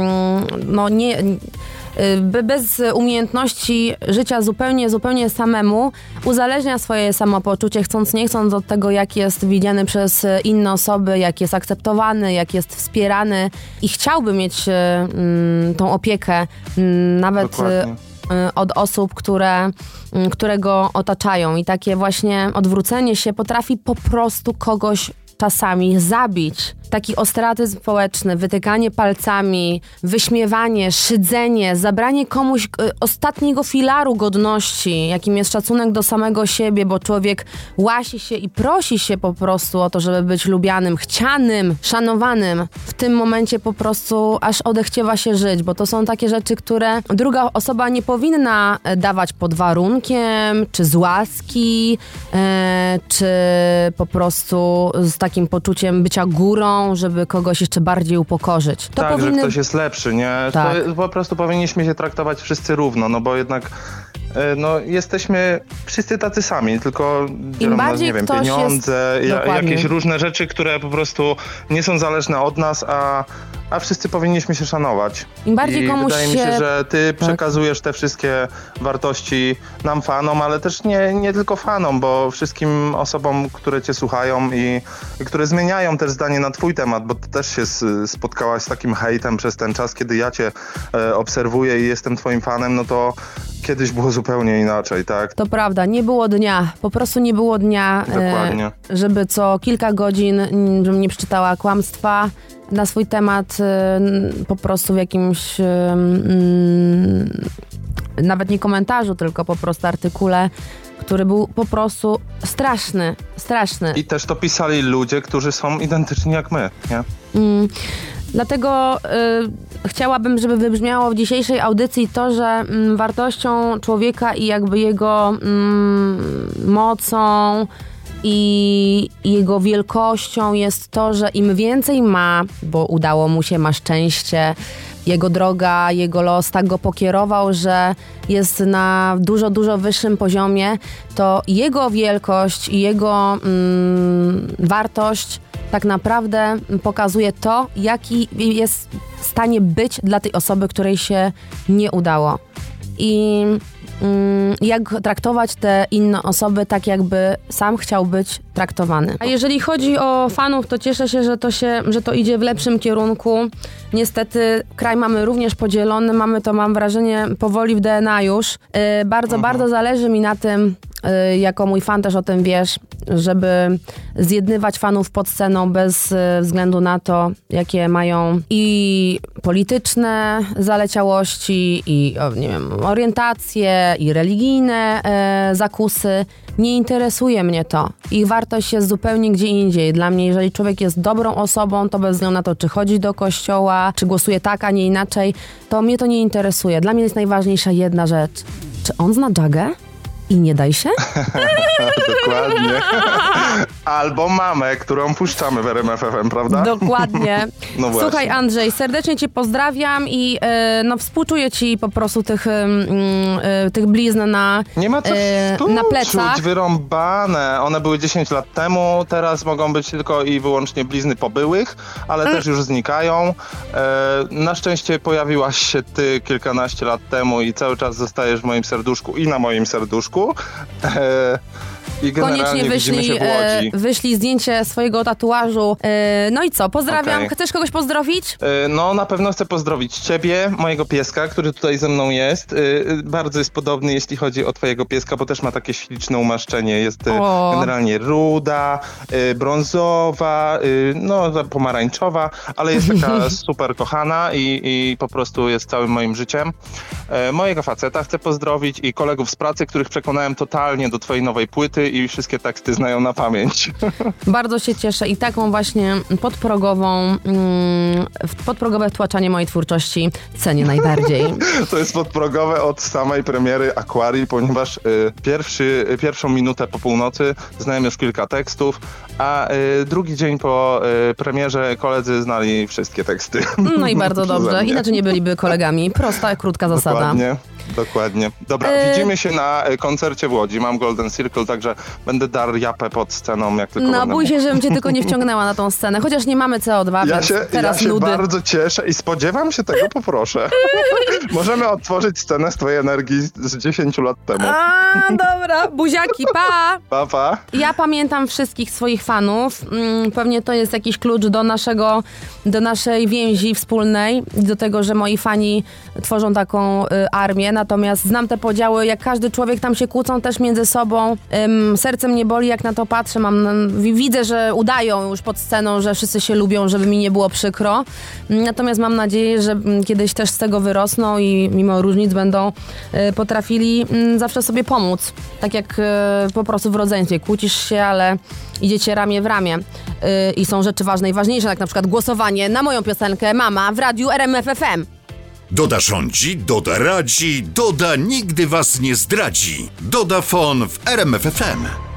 bez umiejętności życia zupełnie samemu uzależnia swoje samopoczucie, chcąc nie chcąc od tego, jak jest widziany przez inne osoby, jak jest akceptowany, jak jest wspierany i chciałby mieć tą opiekę nawet Dokładnie. od osób, które go otaczają i takie właśnie odwrócenie się potrafi po prostu kogoś czasami zabić. Taki ostracyzm społeczny, wytykanie palcami, wyśmiewanie, szydzenie, zabranie komuś ostatniego filaru godności, jakim jest szacunek do samego siebie, bo człowiek łasi się i prosi się po prostu o to, żeby być lubianym, chcianym, szanowanym. W tym momencie po prostu aż odechciewa się żyć, bo to są takie rzeczy, które druga osoba nie powinna dawać pod warunkiem, czy z łaski, czy po prostu z takim poczuciem bycia górą, żeby kogoś jeszcze bardziej upokorzyć. To tak, że ktoś jest lepszy, nie? Tak. To po prostu powinniśmy się traktować wszyscy równo, no bo jednak jesteśmy wszyscy tacy sami, tylko dzielą nas, nie wiem, pieniądze, jakieś różne rzeczy, które po prostu nie są zależne od nas, a wszyscy powinniśmy się szanować. Im bardziej I komuś wydaje mi się, że ty przekazujesz te wszystkie wartości nam, fanom, ale też nie tylko fanom, bo wszystkim osobom, które cię słuchają i które zmieniają też zdanie na twój temat, bo ty też się spotkałaś z takim hejtem przez ten czas, kiedy ja cię obserwuję i jestem twoim fanem, no to kiedyś było zupełnie inaczej, tak? To prawda, nie było dnia, po prostu nie było dnia, Dokładnie. żeby co kilka godzin, żebym nie przeczytała kłamstwa na swój temat, po prostu w jakimś nawet nie komentarzu, tylko po prostu artykule, który był po prostu straszny. I też to pisali ludzie, którzy są identyczni jak my, nie? Dlatego chciałabym, żeby wybrzmiało w dzisiejszej audycji to, że wartością człowieka i jakby jego mocą i jego wielkością jest to, że im więcej ma, bo udało mu się, ma szczęście, jego droga, jego los tak go pokierował, że jest na dużo wyższym poziomie, to jego wielkość i jego wartość tak naprawdę pokazuje to, jaki jest w stanie być dla tej osoby, której się nie udało. I jak traktować te inne osoby tak, jakby sam chciał być traktowany. A jeżeli chodzi o fanów, to cieszę się, że to idzie w lepszym kierunku. Niestety kraj mamy również podzielony, mamy to, mam wrażenie, powoli w DNA już. Bardzo zależy mi na tym, jako mój fan też o tym wiesz, żeby zjednywać fanów pod sceną bez względu na to, jakie mają i polityczne zaleciałości, i nie wiem, orientacje, i religijne zakusy. Nie interesuje mnie to. Ich wartość jest zupełnie gdzie indziej. Dla mnie, jeżeli człowiek jest dobrą osobą, to bez względu na to, czy chodzi do kościoła, czy głosuje tak, a nie inaczej, to mnie to nie interesuje. Dla mnie jest najważniejsza jedna rzecz. Czy on zna Jagę? I nie daj się? Dokładnie. Albo mamę, którą puszczamy w RMF FM, prawda? Dokładnie. No właśnie. Słuchaj, Andrzej, serdecznie cię pozdrawiam i współczuję ci po prostu tych blizn nie ma co na plecach. Wyrąbane. One były 10 lat temu, teraz mogą być tylko i wyłącznie blizny po byłych, ale też już znikają. Na szczęście pojawiłaś się ty kilkanaście lat temu i cały czas zostajesz w moim serduszku i na moim serduszku. I koniecznie wyślij zdjęcie swojego tatuażu. No i co, pozdrawiam. Okay. Chcesz kogoś pozdrowić? No, na pewno chcę pozdrowić ciebie, mojego pieska, który tutaj ze mną jest. Bardzo jest podobny, jeśli chodzi o twojego pieska, bo też ma takie śliczne umaszczenie. Jest generalnie ruda, brązowa, pomarańczowa, ale jest taka super kochana i po prostu jest całym moim życiem. Mojego faceta chcę pozdrowić i kolegów z pracy, których przekonałem totalnie do twojej nowej płyty. płyty i wszystkie teksty znają na pamięć. Bardzo się cieszę i taką właśnie podprogowe wtłaczanie mojej twórczości cenię najbardziej. To jest podprogowe od samej premiery Aquarii, ponieważ pierwszą minutę po północy znałem już kilka tekstów, a drugi dzień po premierze koledzy znali wszystkie teksty. No i bardzo dobrze, inaczej nie byliby kolegami. Prosta, krótka zasada. Dokładnie. Dobra, widzimy się na koncercie w Łodzi. Mam Golden Circle, także będę dar japę pod sceną, jak tylko będę bój się, mógł. żebym cię tylko nie wciągnęła na tą scenę, chociaż nie mamy CO2, Ja więc się teraz nudy. bardzo cieszę i spodziewam się tego, poproszę. Możemy odtworzyć scenę z twojej energii z 10 lat temu. Dobra, buziaki, pa! Pa, pa. Ja pamiętam wszystkich swoich fanów. Pewnie to jest jakiś klucz do naszej więzi wspólnej, do tego, że moi fani tworzą taką armię. Natomiast znam te podziały, jak każdy człowiek tam się kłócą też między sobą. Serce mnie boli, jak na to patrzę. Widzę, że udają już pod sceną, że wszyscy się lubią, żeby mi nie było przykro. Natomiast mam nadzieję, że kiedyś też z tego wyrosną i mimo różnic będą potrafili zawsze sobie pomóc. Tak jak po prostu w rodzeństwie. Kłócisz się, ale idziecie ramię w ramię. I są rzeczy ważne i ważniejsze, jak na przykład głosowanie na moją piosenkę Mama w radiu RMF FM. Doda rządzi, Doda radzi, Doda nigdy was nie zdradzi. Dodafon w RMF FM.